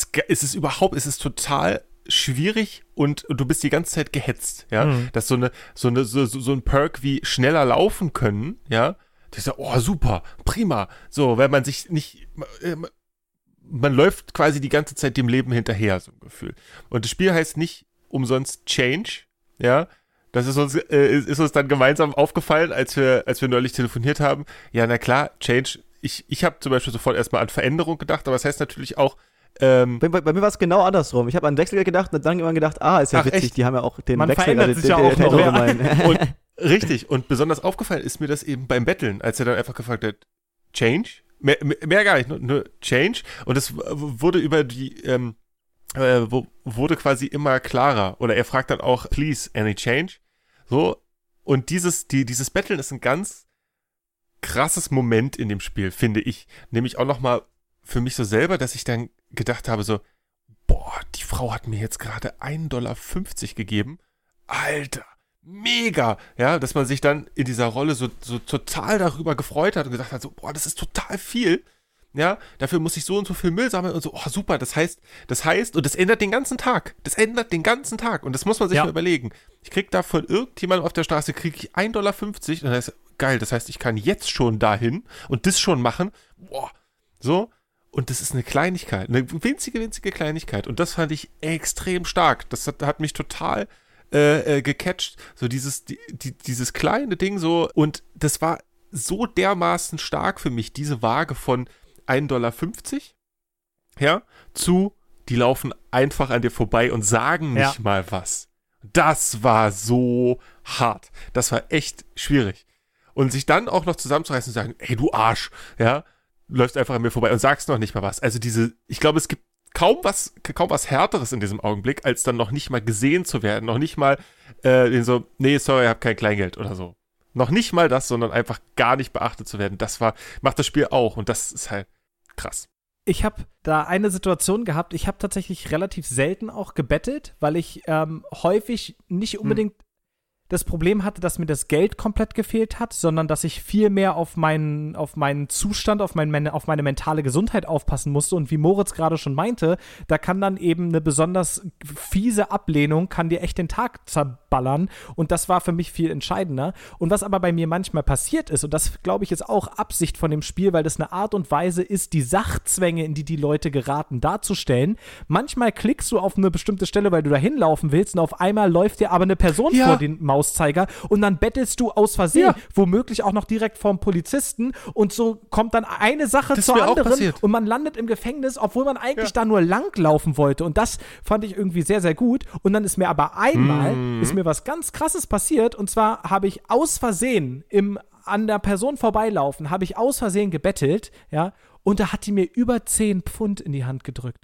es total schwierig und du bist die ganze Zeit gehetzt, ja, dass so ein Perk wie schneller laufen können, ja, das ist ja, oh, super, prima, so, weil man sich nicht, man läuft quasi die ganze Zeit dem Leben hinterher, so ein Gefühl. Und das Spiel heißt nicht umsonst Change, ja, Das ist uns dann gemeinsam aufgefallen, als wir neulich telefoniert haben. Ja, na klar, Change. Ich habe zum Beispiel sofort erstmal an Veränderung gedacht, aber das heißt natürlich auch, bei mir war es genau andersrum. Ich habe an Wechsel gedacht und dann irgendwann gedacht, ist ja witzig, echt? Die haben ja auch den Man Wechsel. Verändert sich ja auch noch. Und, richtig, und besonders aufgefallen ist mir das eben beim Betteln, als er dann einfach gefragt hat, Change? Mehr gar nicht, nur Change. Und es wurde über die, wurde quasi immer klarer. Oder er fragt dann auch, please, any change? So, und dieses Betteln ist ein ganz krasses Moment in dem Spiel, finde ich. Nämlich auch nochmal für mich so selber, dass ich dann gedacht habe so, boah, die Frau hat mir jetzt gerade $1,50 gegeben. Alter, mega! Ja, dass man sich dann in dieser Rolle so total darüber gefreut hat und gesagt hat so, boah, das ist total viel. Ja, dafür muss ich so und so viel Müll sammeln und so, oh, super, das heißt, und das ändert den ganzen Tag. Und das muss man sich mal überlegen. Ich krieg da von irgendjemandem auf der Straße, kriege ich $1,50 und das ist geil, das heißt, ich kann jetzt schon dahin und das schon machen. Boah, so. Und das ist eine Kleinigkeit, eine winzige Kleinigkeit. Und das fand ich extrem stark. Das hat mich total gecatcht. So dieses kleine Ding so. Und das war so dermaßen stark für mich, diese Waage von $1,50, ja, zu, die laufen einfach an dir vorbei und sagen nicht mal was. Das war so hart. Das war echt schwierig. Und sich dann auch noch zusammenzureißen und sagen, ey, du Arsch, ja, läufst einfach an mir vorbei und sagst noch nicht mal was. Also ich glaube, es gibt kaum was Härteres in diesem Augenblick, als dann noch nicht mal gesehen zu werden, noch nicht mal nee, sorry, ich habe kein Kleingeld oder so. Noch nicht mal das, sondern einfach gar nicht beachtet zu werden. Macht das Spiel auch und das ist halt krass. Ich habe da eine Situation gehabt, ich habe tatsächlich relativ selten auch gebettelt, weil ich häufig nicht unbedingt das Problem hatte, dass mir das Geld komplett gefehlt hat, sondern dass ich viel mehr auf meinen Zustand, auf meine mentale Gesundheit aufpassen musste. Und wie Moritz gerade schon meinte, da kann dann eben eine besonders fiese Ablehnung, kann dir echt den Tag zerballern. Und das war für mich viel entscheidender. Und was aber bei mir manchmal passiert ist, und das glaube ich ist auch Absicht von dem Spiel, weil das eine Art und Weise ist, die Sachzwänge, in die Leute geraten, darzustellen. Manchmal klickst du auf eine bestimmte Stelle, weil du da hinlaufen willst und auf einmal läuft dir aber eine Person vor den Mauszeiger und dann bettelst du aus Versehen, womöglich auch noch direkt vorm Polizisten und so kommt dann eine Sache zur anderen und man landet im Gefängnis, obwohl man eigentlich da nur langlaufen wollte und das fand ich irgendwie sehr, sehr gut und dann ist mir aber einmal was ganz Krasses passiert und zwar habe ich aus Versehen an der Person vorbeilaufen, habe ich aus Versehen gebettelt, ja, und da hat die mir über 10 Pfund in die Hand gedrückt.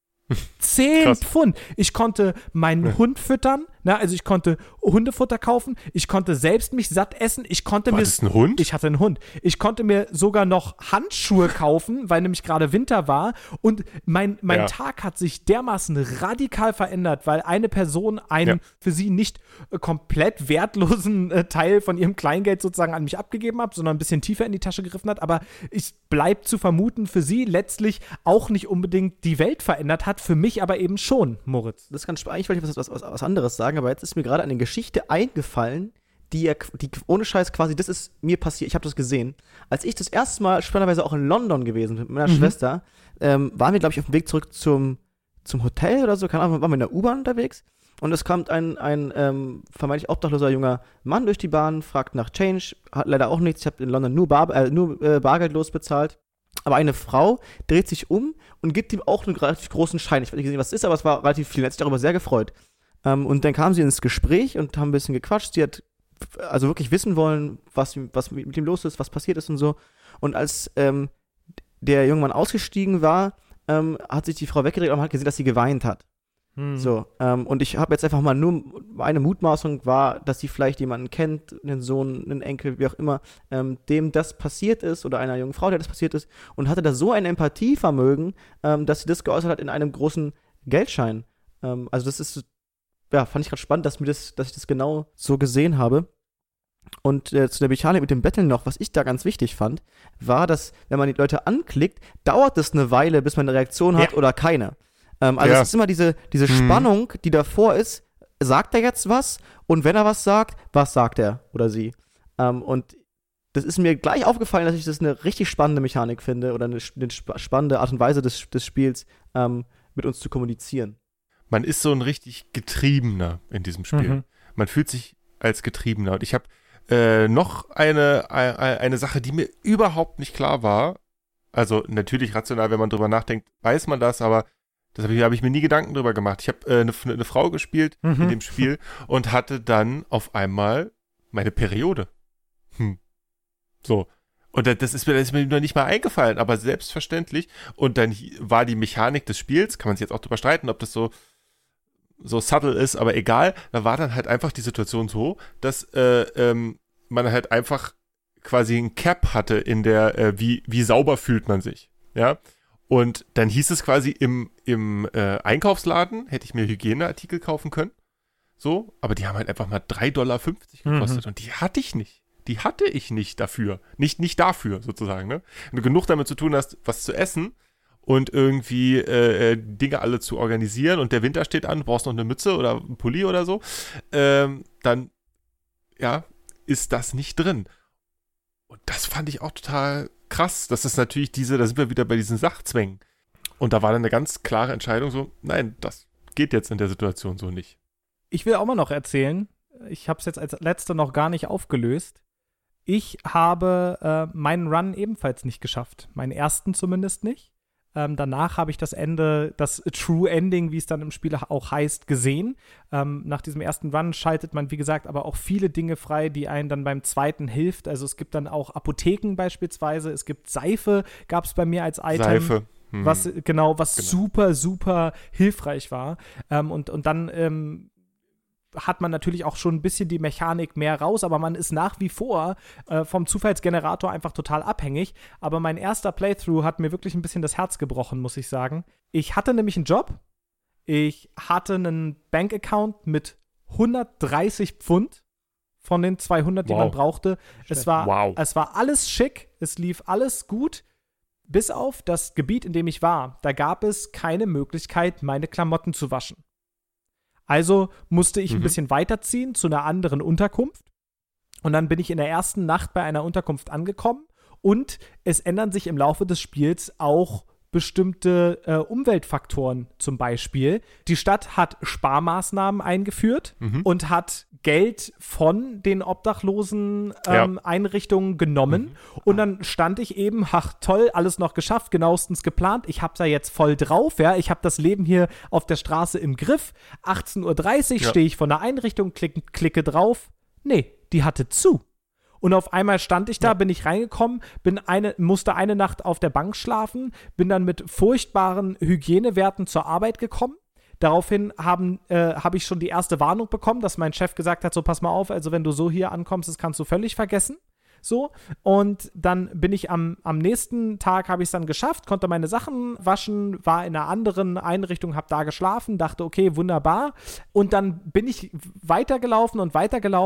10 Pfund. Ich konnte meinen Hund füttern, also ich konnte Hundefutter kaufen, ich konnte selbst mich satt essen, War das ein Hund? Ich hatte einen Hund. Ich konnte mir sogar noch Handschuhe kaufen, weil nämlich gerade Winter war und mein Tag hat sich dermaßen radikal verändert, weil eine Person einen für sie nicht komplett wertlosen Teil von ihrem Kleingeld sozusagen an mich abgegeben hat, sondern ein bisschen tiefer in die Tasche gegriffen hat, aber es bleibt zu vermuten, für sie letztlich auch nicht unbedingt die Welt verändert hat, für mich aber eben schon, Moritz. Das kann eigentlich wollte ich was anderes sagen, aber jetzt ist mir gerade eine Geschichte eingefallen, die ohne Scheiß quasi, das ist mir passiert, ich habe das gesehen. Als ich das erste Mal spannenderweise auch in London gewesen bin mit meiner Schwester, waren wir, glaube ich, auf dem Weg zurück zum Hotel oder so, keine Ahnung, waren wir in der U-Bahn unterwegs und es kommt ein vermeintlich obdachloser junger Mann durch die Bahn, fragt nach Change, hat leider auch nichts, ich habe in London nur bargeldlos bezahlt. Aber eine Frau dreht sich um und gibt ihm auch einen relativ großen Schein. Ich weiß nicht, was es ist, aber es war relativ viel. Er hat sich darüber sehr gefreut. Und dann kam sie ins Gespräch und haben ein bisschen gequatscht. Sie hat also wirklich wissen wollen, was mit ihm los ist, was passiert ist und so. Und als der junge Mann ausgestiegen war, hat sich die Frau weggedreht und hat gesehen, dass sie geweint hat. So, und ich habe jetzt einfach mal nur, eine Mutmaßung war, dass sie vielleicht jemanden kennt, einen Sohn, einen Enkel, wie auch immer, dem das passiert ist oder einer jungen Frau, der das passiert ist und hatte da so ein Empathievermögen, dass sie das geäußert hat in einem großen Geldschein. Also das ist, fand ich gerade spannend, dass ich das genau so gesehen habe. Und zu der Mechanik mit dem Betteln noch, was ich da ganz wichtig fand, war, dass, wenn man die Leute anklickt, dauert es eine Weile, bis man eine Reaktion hat oder keine. Also es ist immer diese Spannung, die davor ist, sagt er jetzt was? Und wenn er was sagt er oder sie? Und das ist mir gleich aufgefallen, dass ich das eine richtig spannende Mechanik finde oder eine spannende Art und Weise des Spiels, mit uns zu kommunizieren. Man ist so ein richtig Getriebener in diesem Spiel. Man fühlt sich als Getriebener. Und ich habe noch eine Sache, die mir überhaupt nicht klar war. Also natürlich rational, wenn man drüber nachdenkt, weiß man das, aber das habe ich mir nie Gedanken drüber gemacht. Ich habe eine Frau gespielt in dem Spiel und hatte dann auf einmal meine Periode. So. Und das ist mir noch nicht mal eingefallen, aber selbstverständlich. Und dann war die Mechanik des Spiels, kann man sich jetzt auch drüber streiten, ob das so subtle ist, aber egal. Da war dann halt einfach die Situation so, dass man halt einfach quasi ein Cap hatte in der, wie sauber fühlt man sich. Ja. Und dann hieß es quasi im Einkaufsladen, hätte ich mir Hygieneartikel kaufen können. So, aber die haben halt einfach mal $3,50 gekostet und die hatte ich nicht. Die hatte ich nicht dafür. Nicht dafür, sozusagen, ne? Wenn du genug damit zu tun hast, was zu essen und irgendwie Dinge alle zu organisieren und der Winter steht an, du brauchst noch eine Mütze oder einen Pulli oder so, dann, ja, ist das nicht drin. Und das fand ich auch total krass. Das ist natürlich da sind wir wieder bei diesen Sachzwängen. Und da war dann eine ganz klare Entscheidung so, nein, das geht jetzt in der Situation so nicht. Ich will auch mal noch erzählen, ich habe es jetzt als letzte noch gar nicht aufgelöst. Ich habe meinen Run ebenfalls nicht geschafft. Meinen ersten zumindest nicht. Danach habe ich das Ende, das True Ending, wie es dann im Spiel auch heißt, gesehen. Nach diesem ersten Run schaltet man, wie gesagt, aber auch viele Dinge frei, die einen dann beim zweiten hilft. Also es gibt dann auch Apotheken beispielsweise. Es gibt Seife, gab es bei mir als Item. Seife. Was super, super hilfreich war. Und dann hat man natürlich auch schon ein bisschen die Mechanik mehr raus, aber man ist nach wie vor vom Zufallsgenerator einfach total abhängig. Aber mein erster Playthrough hat mir wirklich ein bisschen das Herz gebrochen, muss ich sagen. Ich hatte nämlich einen Job. Ich hatte einen Bankaccount mit 130 Pfund von den 200, die man brauchte. Es war alles schick, es lief alles gut, bis auf das Gebiet, in dem ich war. Da gab es keine Möglichkeit, meine Klamotten zu waschen. Also musste ich ein bisschen weiterziehen zu einer anderen Unterkunft. Und dann bin ich in der ersten Nacht bei einer Unterkunft angekommen. Und es ändern sich im Laufe des Spiels auch bestimmte Umweltfaktoren zum Beispiel. Die Stadt hat Sparmaßnahmen eingeführt und hat Geld von den obdachlosen Einrichtungen genommen. Und dann stand ich eben, ach toll, alles noch geschafft, genauestens geplant. Ich hab's ja jetzt voll drauf, ja. Ich habe das Leben hier auf der Straße im Griff. 18:30 Uhr stehe ich vor einer Einrichtung, klicke drauf. Nee, die hatte zu. Und auf einmal stand ich da, bin ich reingekommen, musste eine Nacht auf der Bank schlafen, bin dann mit furchtbaren Hygienewerten zur Arbeit gekommen. Daraufhin habe ich schon die erste Warnung bekommen, dass mein Chef gesagt hat, so pass mal auf, also wenn du so hier ankommst, das kannst du völlig vergessen. So, und dann bin ich am nächsten Tag, habe ich es dann geschafft, konnte meine Sachen waschen, war in einer anderen Einrichtung, habe da geschlafen, dachte, okay, wunderbar. Und dann bin ich weitergelaufen und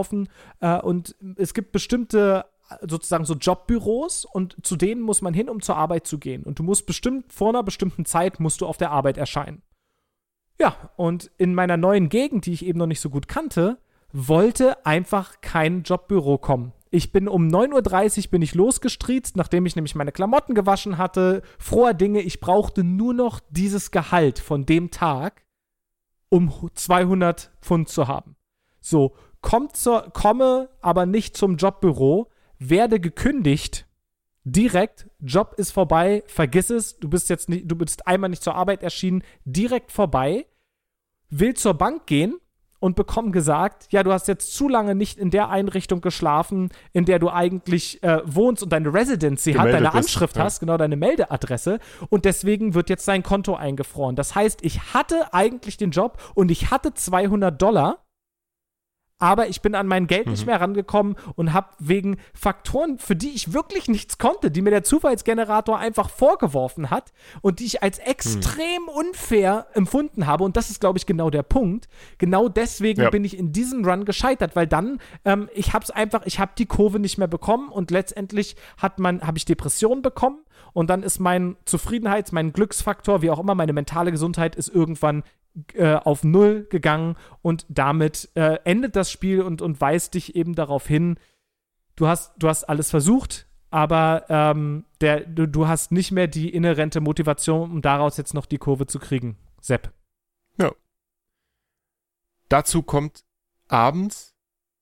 es gibt bestimmte sozusagen so Jobbüros und zu denen muss man hin, um zur Arbeit zu gehen. Und du musst vor einer bestimmten Zeit musst du auf der Arbeit erscheinen. Ja, und in meiner neuen Gegend, die ich eben noch nicht so gut kannte, wollte einfach kein Jobbüro kommen. Ich bin um 9:30 Uhr bin ich losgestriezt, nachdem ich nämlich meine Klamotten gewaschen hatte. Froher Dinge, ich brauchte nur noch dieses Gehalt von dem Tag, um 200 Pfund zu haben. So, komme aber nicht zum Jobbüro, werde gekündigt, direkt, Job ist vorbei, vergiss es, du bist einmal nicht zur Arbeit erschienen, direkt vorbei, will zur Bank gehen und bekomme gesagt, ja, du hast jetzt zu lange nicht in der Einrichtung geschlafen, in der du eigentlich wohnst und deine Residency deine Anschrift hast, genau, deine Meldeadresse, und deswegen wird jetzt dein Konto eingefroren. Das heißt, ich hatte eigentlich den Job und ich hatte $200, aber ich bin an mein Geld nicht mehr rangekommen und habe wegen Faktoren, für die ich wirklich nichts konnte, die mir der Zufallsgenerator einfach vorgeworfen hat und die ich als extrem unfair empfunden habe, und das ist, glaube ich, genau der Punkt, genau deswegen bin ich in diesem Run gescheitert, weil dann, ich habe die Kurve nicht mehr bekommen und letztendlich habe ich Depressionen bekommen und dann ist mein mein Glücksfaktor, wie auch immer, meine mentale Gesundheit ist irgendwann auf 0 gegangen und damit endet das Spiel und weist dich eben darauf hin, du hast alles versucht, aber du hast nicht mehr die inhärente Motivation, um daraus jetzt noch die Kurve zu kriegen. Sepp. Ja. Dazu kommt abends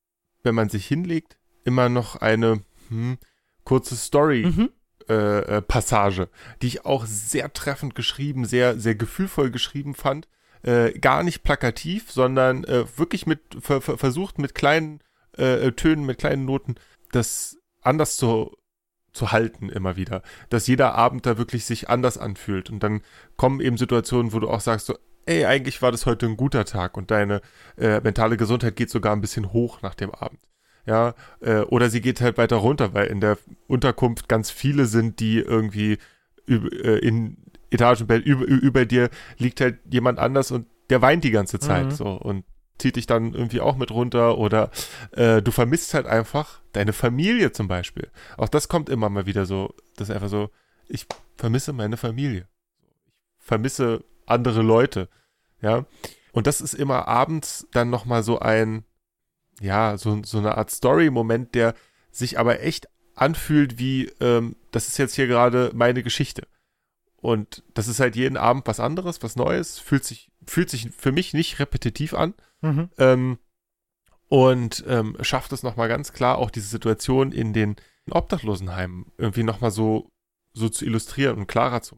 wenn man sich hinlegt, immer noch eine kurze Story-Passage, die ich auch sehr treffend geschrieben, sehr, sehr gefühlvoll geschrieben fand. Gar nicht plakativ, sondern wirklich versucht mit kleinen Tönen, mit kleinen Noten, das anders zu halten immer wieder. Dass jeder Abend da wirklich sich anders anfühlt. Und dann kommen eben Situationen, wo du auch sagst so, ey, eigentlich war das heute ein guter Tag und deine mentale Gesundheit geht sogar ein bisschen hoch nach dem Abend. Ja, oder sie geht halt weiter runter, weil in der Unterkunft ganz viele sind, die irgendwie in Etagenbett über dir liegt halt jemand anders und der weint die ganze Zeit so und zieht dich dann irgendwie auch mit runter oder du vermisst halt einfach deine Familie zum Beispiel. Auch das kommt immer mal wieder so, das ist einfach so, ich vermisse meine Familie. Ich vermisse andere Leute, ja. Und das ist immer abends dann nochmal so ein, ja, so eine Art Story-Moment, der sich aber echt anfühlt wie, das ist jetzt hier gerade meine Geschichte. Und das ist halt jeden Abend was anderes, was Neues, fühlt sich für mich nicht repetitiv an. Und schafft es nochmal ganz klar, auch diese Situation in den Obdachlosenheimen irgendwie nochmal so zu illustrieren und klarer zu machen.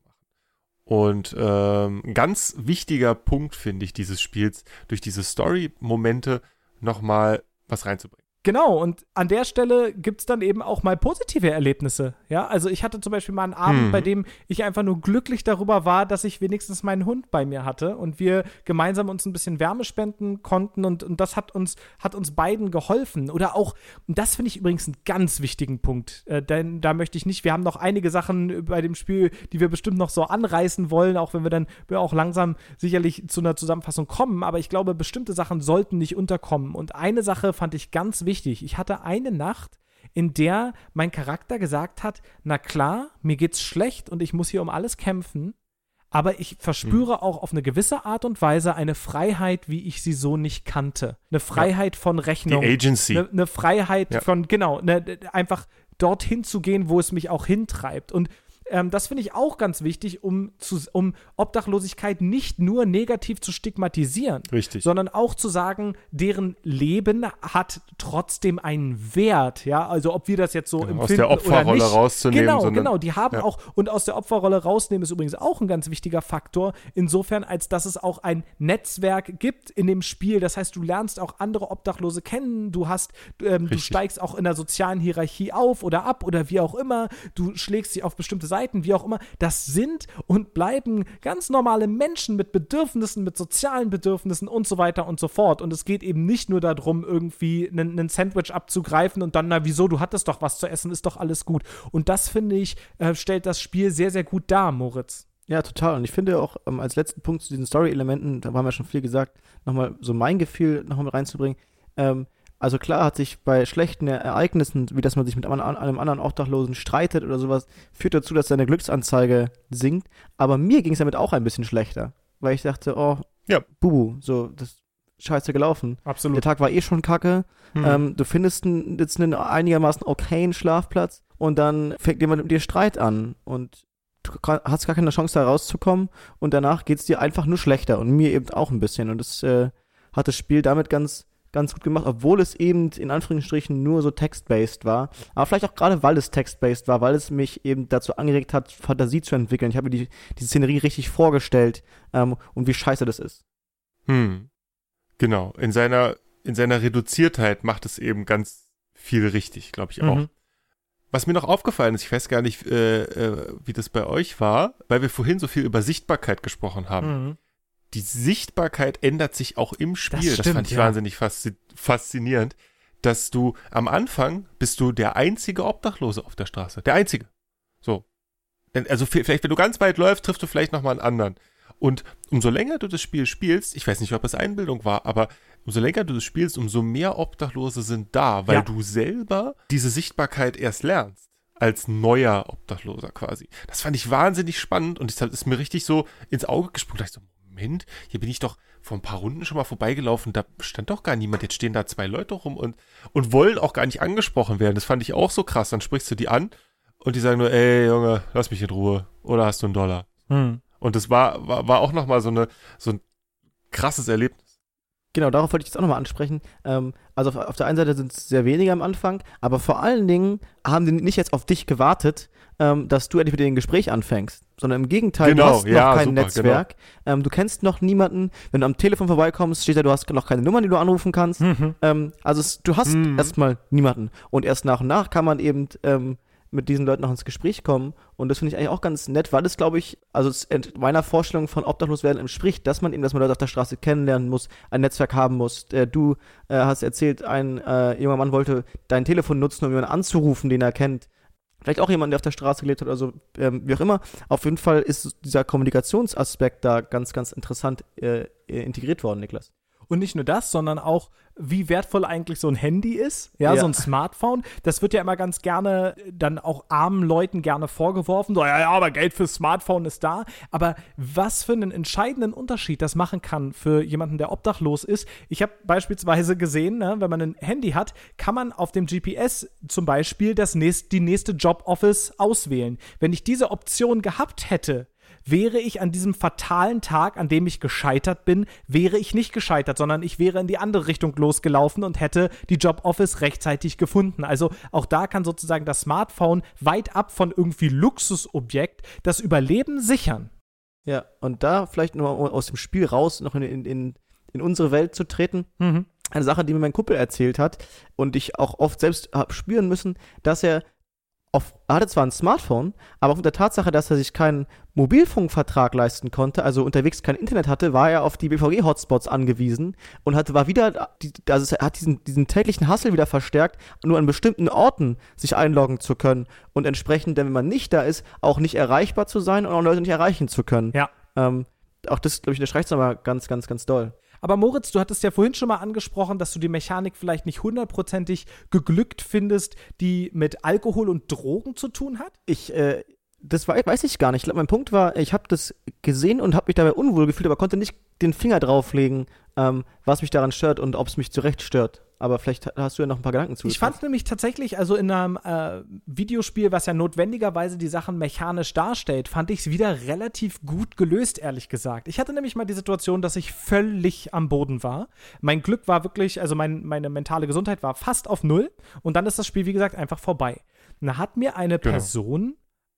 Und ein ganz wichtiger Punkt, finde ich, dieses Spiels, durch diese Story-Momente nochmal was reinzubringen. Genau, und an der Stelle gibt es dann eben auch mal positive Erlebnisse. Ja, also ich hatte zum Beispiel mal einen Abend, bei dem ich einfach nur glücklich darüber war, dass ich wenigstens meinen Hund bei mir hatte und wir gemeinsam uns ein bisschen Wärme spenden konnten und das hat uns beiden geholfen. Oder auch, und das finde ich übrigens einen ganz wichtigen Punkt, denn da möchte ich nicht, wir haben noch einige Sachen bei dem Spiel, die wir bestimmt noch so anreißen wollen, auch wenn wir dann auch langsam sicherlich zu einer Zusammenfassung kommen, aber ich glaube, bestimmte Sachen sollten nicht unterkommen. Und eine Sache fand ich ganz wichtig. Ich hatte eine Nacht, in der mein Charakter gesagt hat, na klar, mir geht's schlecht und ich muss hier um alles kämpfen, aber ich verspüre auch auf eine gewisse Art und Weise eine Freiheit, wie ich sie so nicht kannte. Eine Freiheit von Rechnung. Die Agency. Eine Freiheit von, genau, einfach dorthin zu gehen, wo es mich auch hintreibt. Und das finde ich auch ganz wichtig, um Obdachlosigkeit nicht nur negativ zu stigmatisieren, richtig, sondern auch zu sagen, deren Leben hat trotzdem einen Wert, ja, also ob wir das jetzt so empfinden aus der Opferrolle rauszunehmen. Genau, die haben auch, und aus der Opferrolle rausnehmen ist übrigens auch ein ganz wichtiger Faktor, insofern, als dass es auch ein Netzwerk gibt in dem Spiel, das heißt, du lernst auch andere Obdachlose kennen, du steigst auch in der sozialen Hierarchie auf oder ab oder wie auch immer, du schlägst dich auf bestimmte Seiten, wie auch immer, das sind und bleiben ganz normale Menschen mit Bedürfnissen, mit sozialen Bedürfnissen und so weiter und so fort. Und es geht eben nicht nur darum, irgendwie einen Sandwich abzugreifen und dann, na wieso, du hattest doch was zu essen, ist doch alles gut. Und das, finde ich, stellt das Spiel sehr, sehr gut dar, Moritz. Ja, total. Und ich finde auch als letzten Punkt zu diesen Story-Elementen, da haben wir schon viel gesagt, nochmal so mein Gefühl nochmal mit reinzubringen. Also klar hat sich bei schlechten Ereignissen, wie dass man sich mit einem anderen Obdachlosen streitet oder sowas, führt dazu, dass seine Glücksanzeige sinkt. Aber mir ging es damit auch ein bisschen schlechter, weil ich dachte, oh, Bubu, so, das ist scheiße gelaufen. Absolut. Der Tag war eh schon kacke. Du findest jetzt einen einigermaßen okayen Schlafplatz und dann fängt jemand mit dir Streit an und du hast gar keine Chance, da rauszukommen und danach geht es dir einfach nur schlechter und mir eben auch ein bisschen. Und das hat das Spiel damit ganz gut gemacht, obwohl es eben in Anführungsstrichen nur so text-based war. Aber vielleicht auch gerade, weil es text-based war, weil es mich eben dazu angeregt hat, Fantasie zu entwickeln. Ich habe mir die Szenerie richtig vorgestellt und wie scheiße das ist. Genau. In seiner Reduziertheit macht es eben ganz viel richtig, glaube ich auch. Was mir noch aufgefallen ist, ich weiß gar nicht, wie das bei euch war, weil wir vorhin so viel über Sichtbarkeit gesprochen haben. Die Sichtbarkeit ändert sich auch im Spiel. Das fand ich wahnsinnig faszinierend, dass du am Anfang bist du der einzige Obdachlose auf der Straße. Der einzige. So. Also vielleicht, wenn du ganz weit läufst, triffst du vielleicht nochmal einen anderen. Und umso länger du das Spiel spielst, ich weiß nicht, ob es Einbildung war, aber umso länger du das spielst, umso mehr Obdachlose sind da, weil du selber diese Sichtbarkeit erst lernst. Als neuer Obdachloser quasi. Das fand ich wahnsinnig spannend und das ist mir richtig so ins Auge gesprungen. Da dachte ich so, Moment, hier bin ich doch vor ein paar Runden schon mal vorbeigelaufen, da stand doch gar niemand, jetzt stehen da 2 Leute rum und wollen auch gar nicht angesprochen werden. Das fand ich auch so krass. Dann sprichst du die an und die sagen nur, ey Junge, lass mich in Ruhe oder hast du $1? Und das war auch nochmal so ein krasses Erlebnis. Genau, darauf wollte ich jetzt auch nochmal ansprechen. Also auf der einen Seite sind es sehr wenige am Anfang, aber vor allen Dingen haben die nicht jetzt auf dich gewartet, dass du endlich mit denen ein Gespräch anfängst, sondern im Gegenteil, du hast noch kein Netzwerk, genau. Du kennst noch niemanden, wenn du am Telefon vorbeikommst, steht da, du hast noch keine Nummer, die du anrufen kannst. Also du hast erstmal niemanden und erst nach und nach kann man eben mit diesen Leuten noch ins Gespräch kommen und das finde ich eigentlich auch ganz nett, weil es, glaube ich, also es meiner Vorstellung von Obdachloswerden entspricht, dass man Leute auf der Straße kennenlernen muss, ein Netzwerk haben muss. Du hast erzählt, ein junger Mann wollte dein Telefon nutzen, um jemanden anzurufen, den er kennt. Vielleicht auch jemand, der auf der Straße gelebt hat oder so, wie auch immer. Auf jeden Fall ist dieser Kommunikationsaspekt da ganz, ganz interessant integriert worden, Niklas. Und nicht nur das, sondern auch, wie wertvoll eigentlich so ein Handy ist, ja, so ein Smartphone. Das wird ja immer ganz gerne dann auch armen Leuten gerne vorgeworfen. So, ja, aber Geld fürs Smartphone ist da. Aber was für einen entscheidenden Unterschied das machen kann für jemanden, der obdachlos ist. Ich habe beispielsweise gesehen, ne, wenn man ein Handy hat, kann man auf dem GPS zum Beispiel die nächste Joboffice auswählen. Wenn ich diese Option gehabt hätte, wäre ich an diesem fatalen Tag, an dem ich gescheitert bin, wäre ich nicht gescheitert, sondern ich wäre in die andere Richtung losgelaufen und hätte die Joboffice rechtzeitig gefunden. Also auch da kann sozusagen das Smartphone weit ab von irgendwie Luxusobjekt das Überleben sichern. Ja, und da vielleicht nur aus dem Spiel raus noch in unsere Welt zu treten. Eine Sache, die mir mein Kumpel erzählt hat und ich auch oft selbst habe spüren müssen, dass er hatte zwar ein Smartphone, aber aufgrund der Tatsache, dass er sich keinen Mobilfunkvertrag leisten konnte, also unterwegs kein Internet hatte, war er auf die BVG-Hotspots angewiesen und er hat diesen täglichen Hustle wieder verstärkt, nur an bestimmten Orten sich einloggen zu können und entsprechend, wenn man nicht da ist, auch nicht erreichbar zu sein und auch Leute nicht erreichen zu können. Ja. Auch das, glaube ich, unterstreicht es aber ganz, ganz, ganz doll. Aber Moritz, du hattest ja vorhin schon mal angesprochen, dass du die Mechanik vielleicht nicht 100%ig geglückt findest, die mit Alkohol und Drogen zu tun hat? Das weiß ich gar nicht. Ich glaube, mein Punkt war, ich habe das gesehen und habe mich dabei unwohl gefühlt, aber konnte nicht den Finger drauflegen, was mich daran stört und ob es mich zurecht stört. Aber vielleicht hast du ja noch ein paar Gedanken zu. Ich fand nämlich tatsächlich, also in einem Videospiel, was ja notwendigerweise die Sachen mechanisch darstellt, fand ich es wieder relativ gut gelöst, ehrlich gesagt. Ich hatte nämlich mal die Situation, dass ich völlig am Boden war. Mein Glück war wirklich, also meine mentale Gesundheit war fast auf 0 und dann ist das Spiel, wie gesagt, einfach vorbei. Und da hat mir eine Person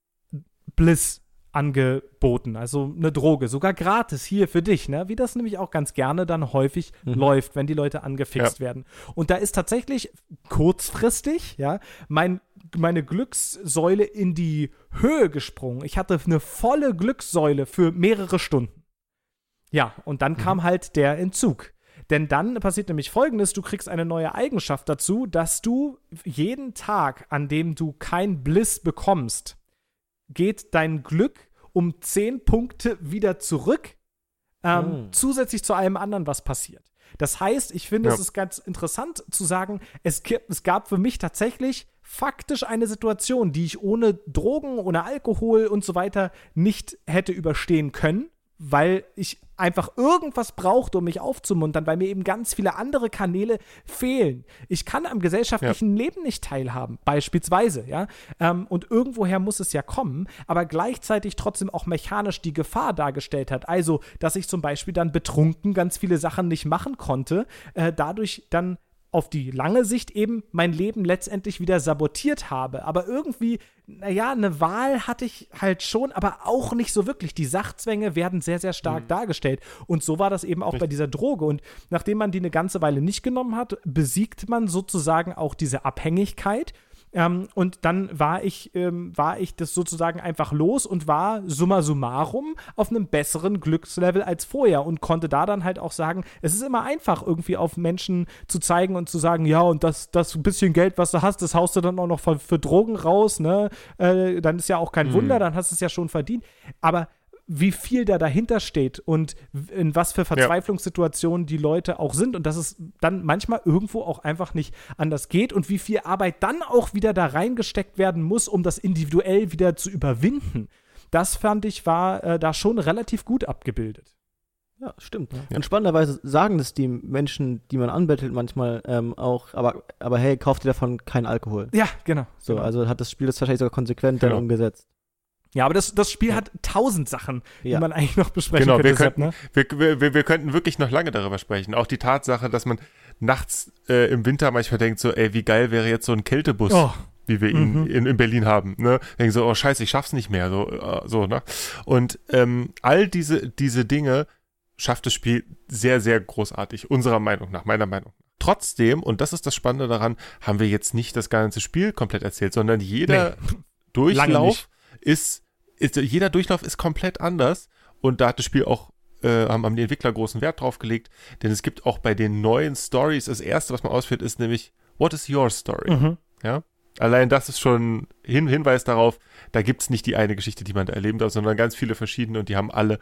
Bliss angeboten, also eine Droge, sogar gratis hier für dich, ne? Wie das nämlich auch ganz gerne dann häufig läuft, wenn die Leute angefixt werden. Und da ist tatsächlich kurzfristig, ja, meine Glückssäule in die Höhe gesprungen. Ich hatte eine volle Glückssäule für mehrere Stunden. Ja, und dann kam halt der Entzug. Denn dann passiert nämlich Folgendes, du kriegst eine neue Eigenschaft dazu, dass du jeden Tag, an dem du kein Bliss bekommst, geht dein Glück um 10 Punkte wieder zurück, zusätzlich zu allem anderen, was passiert. Das heißt, ich finde, es ist ganz interessant zu sagen, es gab für mich tatsächlich faktisch eine Situation, die ich ohne Drogen, ohne Alkohol und so weiter nicht hätte überstehen können, weil ich einfach irgendwas brauchte, um mich aufzumuntern, weil mir eben ganz viele andere Kanäle fehlen. Ich kann am gesellschaftlichen Leben nicht teilhaben, beispielsweise, ja. Und irgendwoher muss es ja kommen, aber gleichzeitig trotzdem auch mechanisch die Gefahr dargestellt hat. Also, dass ich zum Beispiel dann betrunken ganz viele Sachen nicht machen konnte, dadurch dann auf die lange Sicht eben mein Leben letztendlich wieder sabotiert habe. Aber irgendwie, naja, eine Wahl hatte ich halt schon, aber auch nicht so wirklich. Die Sachzwänge werden sehr, sehr stark dargestellt. Und so war das eben auch bei dieser Droge. Und nachdem man die eine ganze Weile nicht genommen hat, besiegt man sozusagen auch diese Abhängigkeit. Und dann war ich das sozusagen einfach los und war summa summarum auf einem besseren Glückslevel als vorher und konnte da dann halt auch sagen, es ist immer einfach irgendwie auf Menschen zu zeigen und zu sagen, ja, und das bisschen Geld, was du hast, das haust du dann auch noch für Drogen raus, ne? Dann ist ja auch kein Wunder, dann hast du es ja schon verdient. Aber wie viel da dahinter steht und in was für Verzweiflungssituationen die Leute auch sind und dass es dann manchmal irgendwo auch einfach nicht anders geht und wie viel Arbeit dann auch wieder da reingesteckt werden muss, um das individuell wieder zu überwinden. Das fand ich, war da schon relativ gut abgebildet. Ja, stimmt. Ja. Und spannenderweise sagen das die Menschen, die man anbettelt, manchmal auch, aber hey, kauft ihr davon keinen Alkohol. Ja, genau. So, also hat das Spiel das wahrscheinlich sogar konsequent dann umgesetzt. Ja, aber das Spiel hat 1000 Sachen, die man eigentlich noch besprechen könnte. Wir könnten wirklich noch lange darüber sprechen. Auch die Tatsache, dass man nachts im Winter manchmal denkt so, ey, wie geil wäre jetzt so ein Kältebus, wie wir ihn in Berlin haben. Ne? Denken so, oh scheiße, ich schaff's nicht mehr. So, ne? Und all diese Dinge schafft das Spiel sehr, sehr großartig, meiner Meinung nach. Trotzdem, und das ist das Spannende daran, haben wir jetzt nicht das ganze Spiel komplett erzählt, sondern jeder Durchlauf jeder Durchlauf ist komplett anders, und da hat das Spiel auch haben die Entwickler großen Wert drauf gelegt, denn es gibt auch bei den neuen Stories, das erste, was man ausführt, ist nämlich, what is your story? Ja? Allein das ist schon Hinweis darauf, da gibt es nicht die eine Geschichte, die man da erleben darf, sondern ganz viele verschiedene, und die haben alle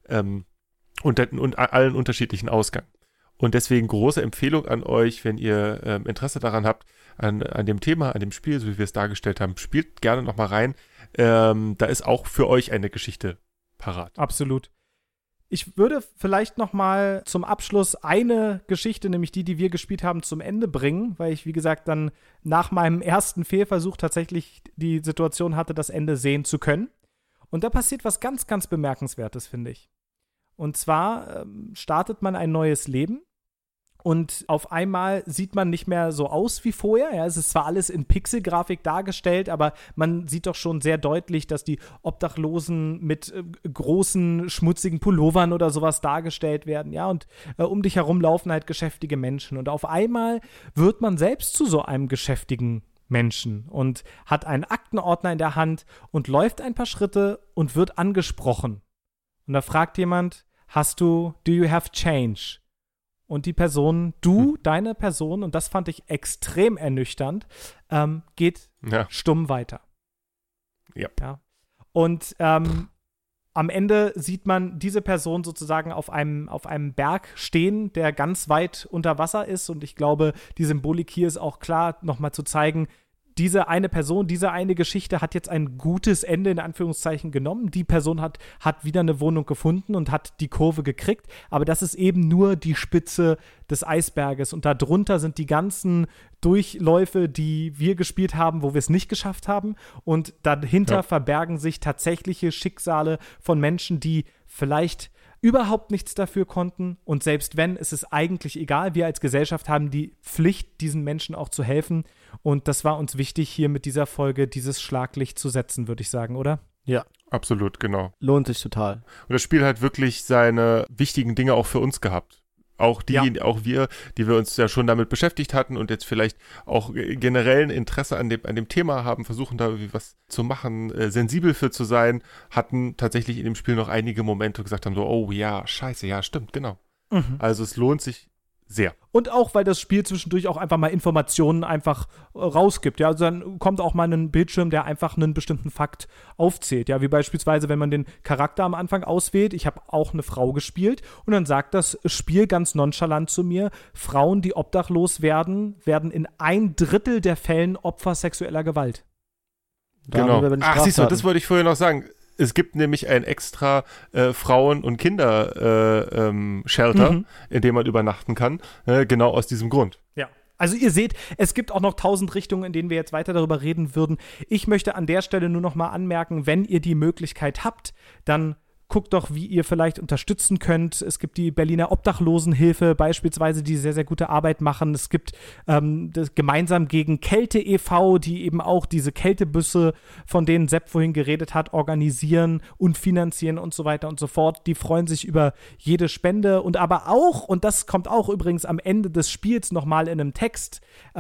allen unterschiedlichen Ausgang. Und deswegen große Empfehlung an euch, wenn ihr Interesse daran habt, an dem Thema, an dem Spiel, so wie wir es dargestellt haben, spielt gerne nochmal rein. Da ist auch für euch eine Geschichte parat. Absolut. Ich würde vielleicht nochmal zum Abschluss eine Geschichte, nämlich die wir gespielt haben, zum Ende bringen, weil ich, wie gesagt, dann nach meinem ersten Fehlversuch tatsächlich die Situation hatte, das Ende sehen zu können. Und da passiert was ganz, ganz Bemerkenswertes, finde ich. Und zwar startet man ein neues Leben. Und auf einmal sieht man nicht mehr so aus wie vorher. Ja, es ist zwar alles in Pixelgrafik dargestellt, aber man sieht doch schon sehr deutlich, dass die Obdachlosen mit großen, schmutzigen Pullovern oder sowas dargestellt werden. Ja, und um dich herum laufen halt geschäftige Menschen. Und auf einmal wird man selbst zu so einem geschäftigen Menschen und hat einen Aktenordner in der Hand und läuft ein paar Schritte und wird angesprochen. Und da fragt jemand, do you have change? Und die Person, deine Person, und das fand ich extrem ernüchternd, geht stumm weiter. Ja. Und am Ende sieht man diese Person sozusagen auf einem Berg stehen, der ganz weit unter Wasser ist. Und ich glaube, die Symbolik hier ist auch klar, nochmal zu zeigen, diese eine Person, diese eine Geschichte hat jetzt ein gutes Ende in Anführungszeichen genommen. Die Person hat wieder eine Wohnung gefunden und hat die Kurve gekriegt. Aber das ist eben nur die Spitze des Eisberges. Und darunter sind die ganzen Durchläufe, die wir gespielt haben, wo wir es nicht geschafft haben. Und dahinter verbergen sich tatsächliche Schicksale von Menschen, die vielleicht überhaupt nichts dafür konnten, und selbst wenn, ist es eigentlich egal. Wir als Gesellschaft haben die Pflicht, diesen Menschen auch zu helfen, und das war uns wichtig, hier mit dieser Folge dieses Schlaglicht zu setzen, würde ich sagen, oder? Ja, absolut, genau. Lohnt sich total. Und das Spiel hat wirklich seine wichtigen Dinge auch für uns gehabt. Auch wir, die wir uns ja schon damit beschäftigt hatten und jetzt vielleicht auch generell ein Interesse an dem Thema haben, versuchen da irgendwie was zu machen, sensibel für zu sein, hatten tatsächlich in dem Spiel noch einige Momente, gesagt haben so, oh ja, scheiße, ja, stimmt, genau. Also es lohnt sich sehr. Und auch, weil das Spiel zwischendurch auch einfach mal Informationen einfach rausgibt. Ja, also dann kommt auch mal ein Bildschirm, der einfach einen bestimmten Fakt aufzählt. Ja, wie beispielsweise, wenn man den Charakter am Anfang auswählt. Ich habe auch eine Frau gespielt und dann sagt das Spiel ganz nonchalant zu mir, Frauen, die obdachlos werden in 1/3 der Fällen Opfer sexueller Gewalt. Genau. Ach, siehst du, das wollte ich vorher noch sagen. Es gibt nämlich ein extra Frauen- und Kinder-Shelter, in dem man übernachten kann, genau aus diesem Grund. Ja, also ihr seht, es gibt auch noch 1000 Richtungen, in denen wir jetzt weiter darüber reden würden. Ich möchte an der Stelle nur noch mal anmerken, wenn ihr die Möglichkeit habt, dann guckt doch, wie ihr vielleicht unterstützen könnt. Es gibt die Berliner Obdachlosenhilfe beispielsweise, die sehr, sehr gute Arbeit machen. Es gibt das Gemeinsam gegen Kälte e.V., die eben auch diese Kältebusse, von denen Sepp vorhin geredet hat, organisieren und finanzieren und so weiter und so fort. Die freuen sich über jede Spende und aber auch, und das kommt auch übrigens am Ende des Spiels nochmal in einem Text,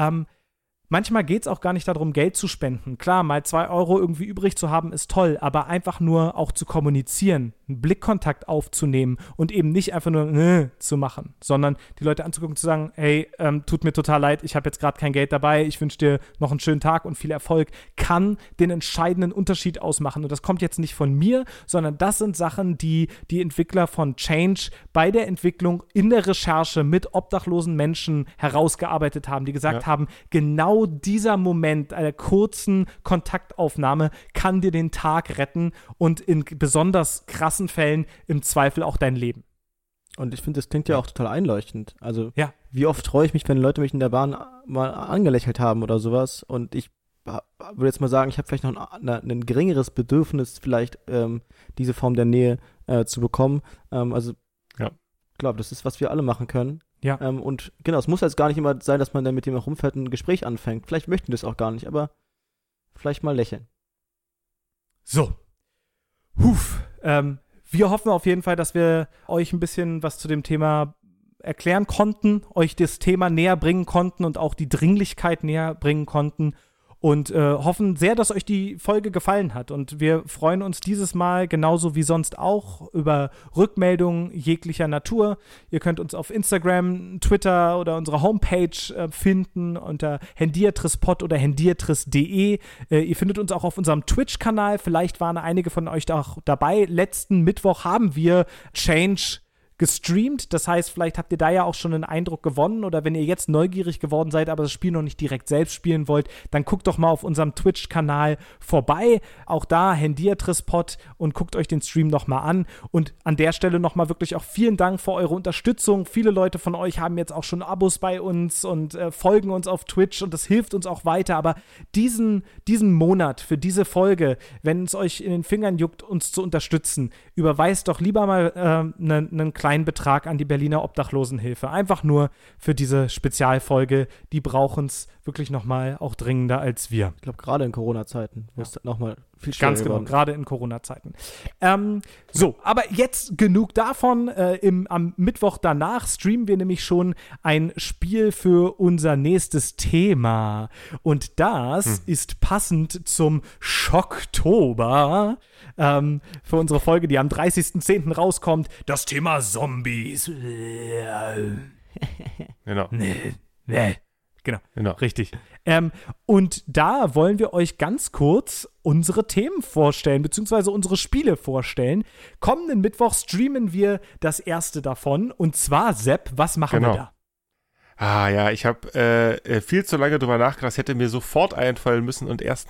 manchmal geht es auch gar nicht darum, Geld zu spenden. Klar, mal 2 Euro irgendwie übrig zu haben, ist toll, aber einfach nur auch zu kommunizieren, einen Blickkontakt aufzunehmen und eben nicht einfach nur zu machen, sondern die Leute anzugucken, zu sagen, hey, tut mir total leid, ich habe jetzt gerade kein Geld dabei, ich wünsche dir noch einen schönen Tag und viel Erfolg, kann den entscheidenden Unterschied ausmachen. Und das kommt jetzt nicht von mir, sondern das sind Sachen, die die Entwickler von Change bei der Entwicklung in der Recherche mit obdachlosen Menschen herausgearbeitet haben, die gesagt haben, genau dieser Moment einer kurzen Kontaktaufnahme kann dir den Tag retten und in besonders krassen Fällen im Zweifel auch dein Leben. Und ich finde, das klingt ja auch total einleuchtend. Also, wie oft freue ich mich, wenn Leute mich in der Bahn mal angelächelt haben oder sowas und ich würde jetzt mal sagen, ich habe vielleicht noch ein geringeres Bedürfnis, vielleicht diese Form der Nähe zu bekommen. Ich glaube, das ist, was wir alle machen können. Ja. Und genau, es muss jetzt gar nicht immer sein, dass man dann mit dem herumfährt und ein Gespräch anfängt. Vielleicht möchten wir das auch gar nicht, aber vielleicht mal lächeln. So. Wir hoffen auf jeden Fall, dass wir euch ein bisschen was zu dem Thema erklären konnten, euch das Thema näher bringen konnten und auch die Dringlichkeit näher bringen konnten. Und hoffen sehr, dass euch die Folge gefallen hat. Und wir freuen uns dieses Mal genauso wie sonst auch über Rückmeldungen jeglicher Natur. Ihr könnt uns auf Instagram, Twitter oder unserer Homepage finden unter hendiatrispod oder hendiatris.de. Ihr findet uns auch auf unserem Twitch-Kanal. Vielleicht waren einige von euch da auch dabei. Letzten Mittwoch haben wir Change gestreamt, das heißt, vielleicht habt ihr da ja auch schon einen Eindruck gewonnen oder wenn ihr jetzt neugierig geworden seid, aber das Spiel noch nicht direkt selbst spielen wollt, dann guckt doch mal auf unserem Twitch-Kanal vorbei, auch da hendiatrispod und guckt euch den Stream nochmal an und an der Stelle nochmal wirklich auch vielen Dank für eure Unterstützung. Viele Leute von euch haben jetzt auch schon Abos bei uns und folgen uns auf Twitch und das hilft uns auch weiter, aber diesen Monat für diese Folge, wenn es euch in den Fingern juckt, uns zu unterstützen, überweist doch lieber mal einen kleinen Betrag an die Berliner Obdachlosenhilfe. Einfach nur für diese Spezialfolge. Die brauchen es wirklich nochmal auch dringender als wir. Ich glaube, gerade in Corona-Zeiten ist das nochmal viel schwerer Ganz genau, geworden. gerade in Corona-Zeiten. So, aber jetzt genug davon. Am Mittwoch danach streamen wir nämlich schon ein Spiel für unser nächstes Thema. Und das ist passend zum Schocktober für unsere Folge, die am 30.10. rauskommt. Das Thema Zombies. Genau. Genau, richtig. Und da wollen wir euch ganz kurz unsere Themen vorstellen, beziehungsweise unsere Spiele vorstellen. Kommenden Mittwoch streamen wir das erste davon. Und zwar, Sepp, was machen wir da? Ah ja, ich habe viel zu lange drüber nachgedacht. Das hätte mir sofort einfallen müssen und erst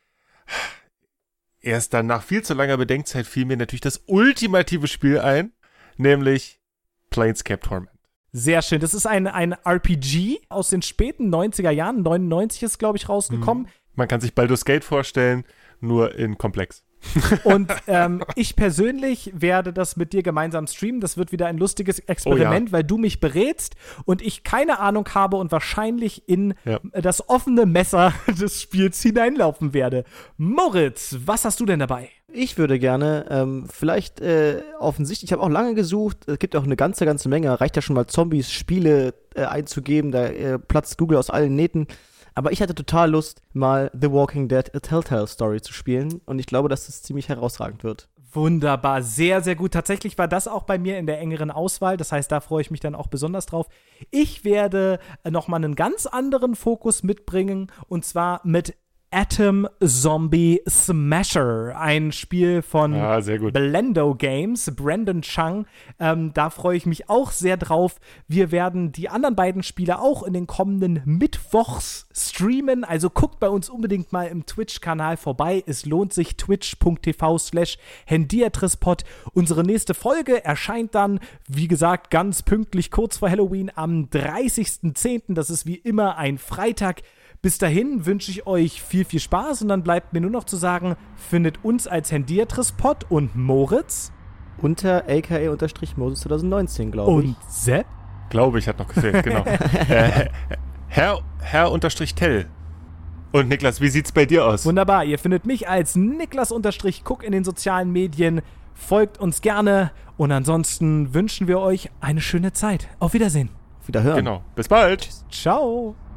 dann nach viel zu langer Bedenkzeit fiel mir natürlich das ultimative Spiel ein, nämlich Planescape Torment. Sehr schön. Das ist ein RPG aus den späten 90er Jahren. 99 ist, glaube ich, rausgekommen. Man kann sich Baldur's Gate vorstellen, nur in komplex. Und ich persönlich werde das mit dir gemeinsam streamen. Das wird wieder ein lustiges Experiment, weil du mich berätst und ich keine Ahnung habe und wahrscheinlich in das offene Messer des Spiels hineinlaufen werde. Moritz, was hast du denn dabei? Ich würde gerne, vielleicht offensichtlich, ich habe auch lange gesucht, es gibt auch eine ganze Menge, reicht ja schon mal Zombies, Spiele einzugeben, da platzt Google aus allen Nähten. Aber ich hatte total Lust, mal The Walking Dead A Telltale Story zu spielen und ich glaube, dass das ziemlich herausragend wird. Wunderbar, sehr, sehr gut. Tatsächlich war das auch bei mir in der engeren Auswahl, das heißt, da freue ich mich dann auch besonders drauf. Ich werde nochmal einen ganz anderen Fokus mitbringen und zwar mit Atom Zombie Smasher, ein Spiel von Blendo Games, Brandon Chung. Da freue ich mich auch sehr drauf. Wir werden die anderen beiden Spiele auch in den kommenden Mittwochs streamen. Also guckt bei uns unbedingt mal im Twitch-Kanal vorbei. Es lohnt sich, twitch.tv/hendiatrispod. Unsere nächste Folge erscheint dann, wie gesagt, ganz pünktlich kurz vor Halloween am 30.10. Das ist wie immer ein Freitag. Bis dahin wünsche ich euch viel, viel Spaß und dann bleibt mir nur noch zu sagen, findet uns als Hendiatrispod und Moritz unter aka-Moses 2019, glaube ich. Und Sepp? Glaube ich, hat noch gefehlt, genau. Herr_Tell. Und Niklas, wie sieht's bei dir aus? Wunderbar, ihr findet mich als Niklas_Cook in den sozialen Medien. Folgt uns gerne und ansonsten wünschen wir euch eine schöne Zeit. Auf Wiedersehen. Auf Wiederhören. Genau, bis bald. Ciao.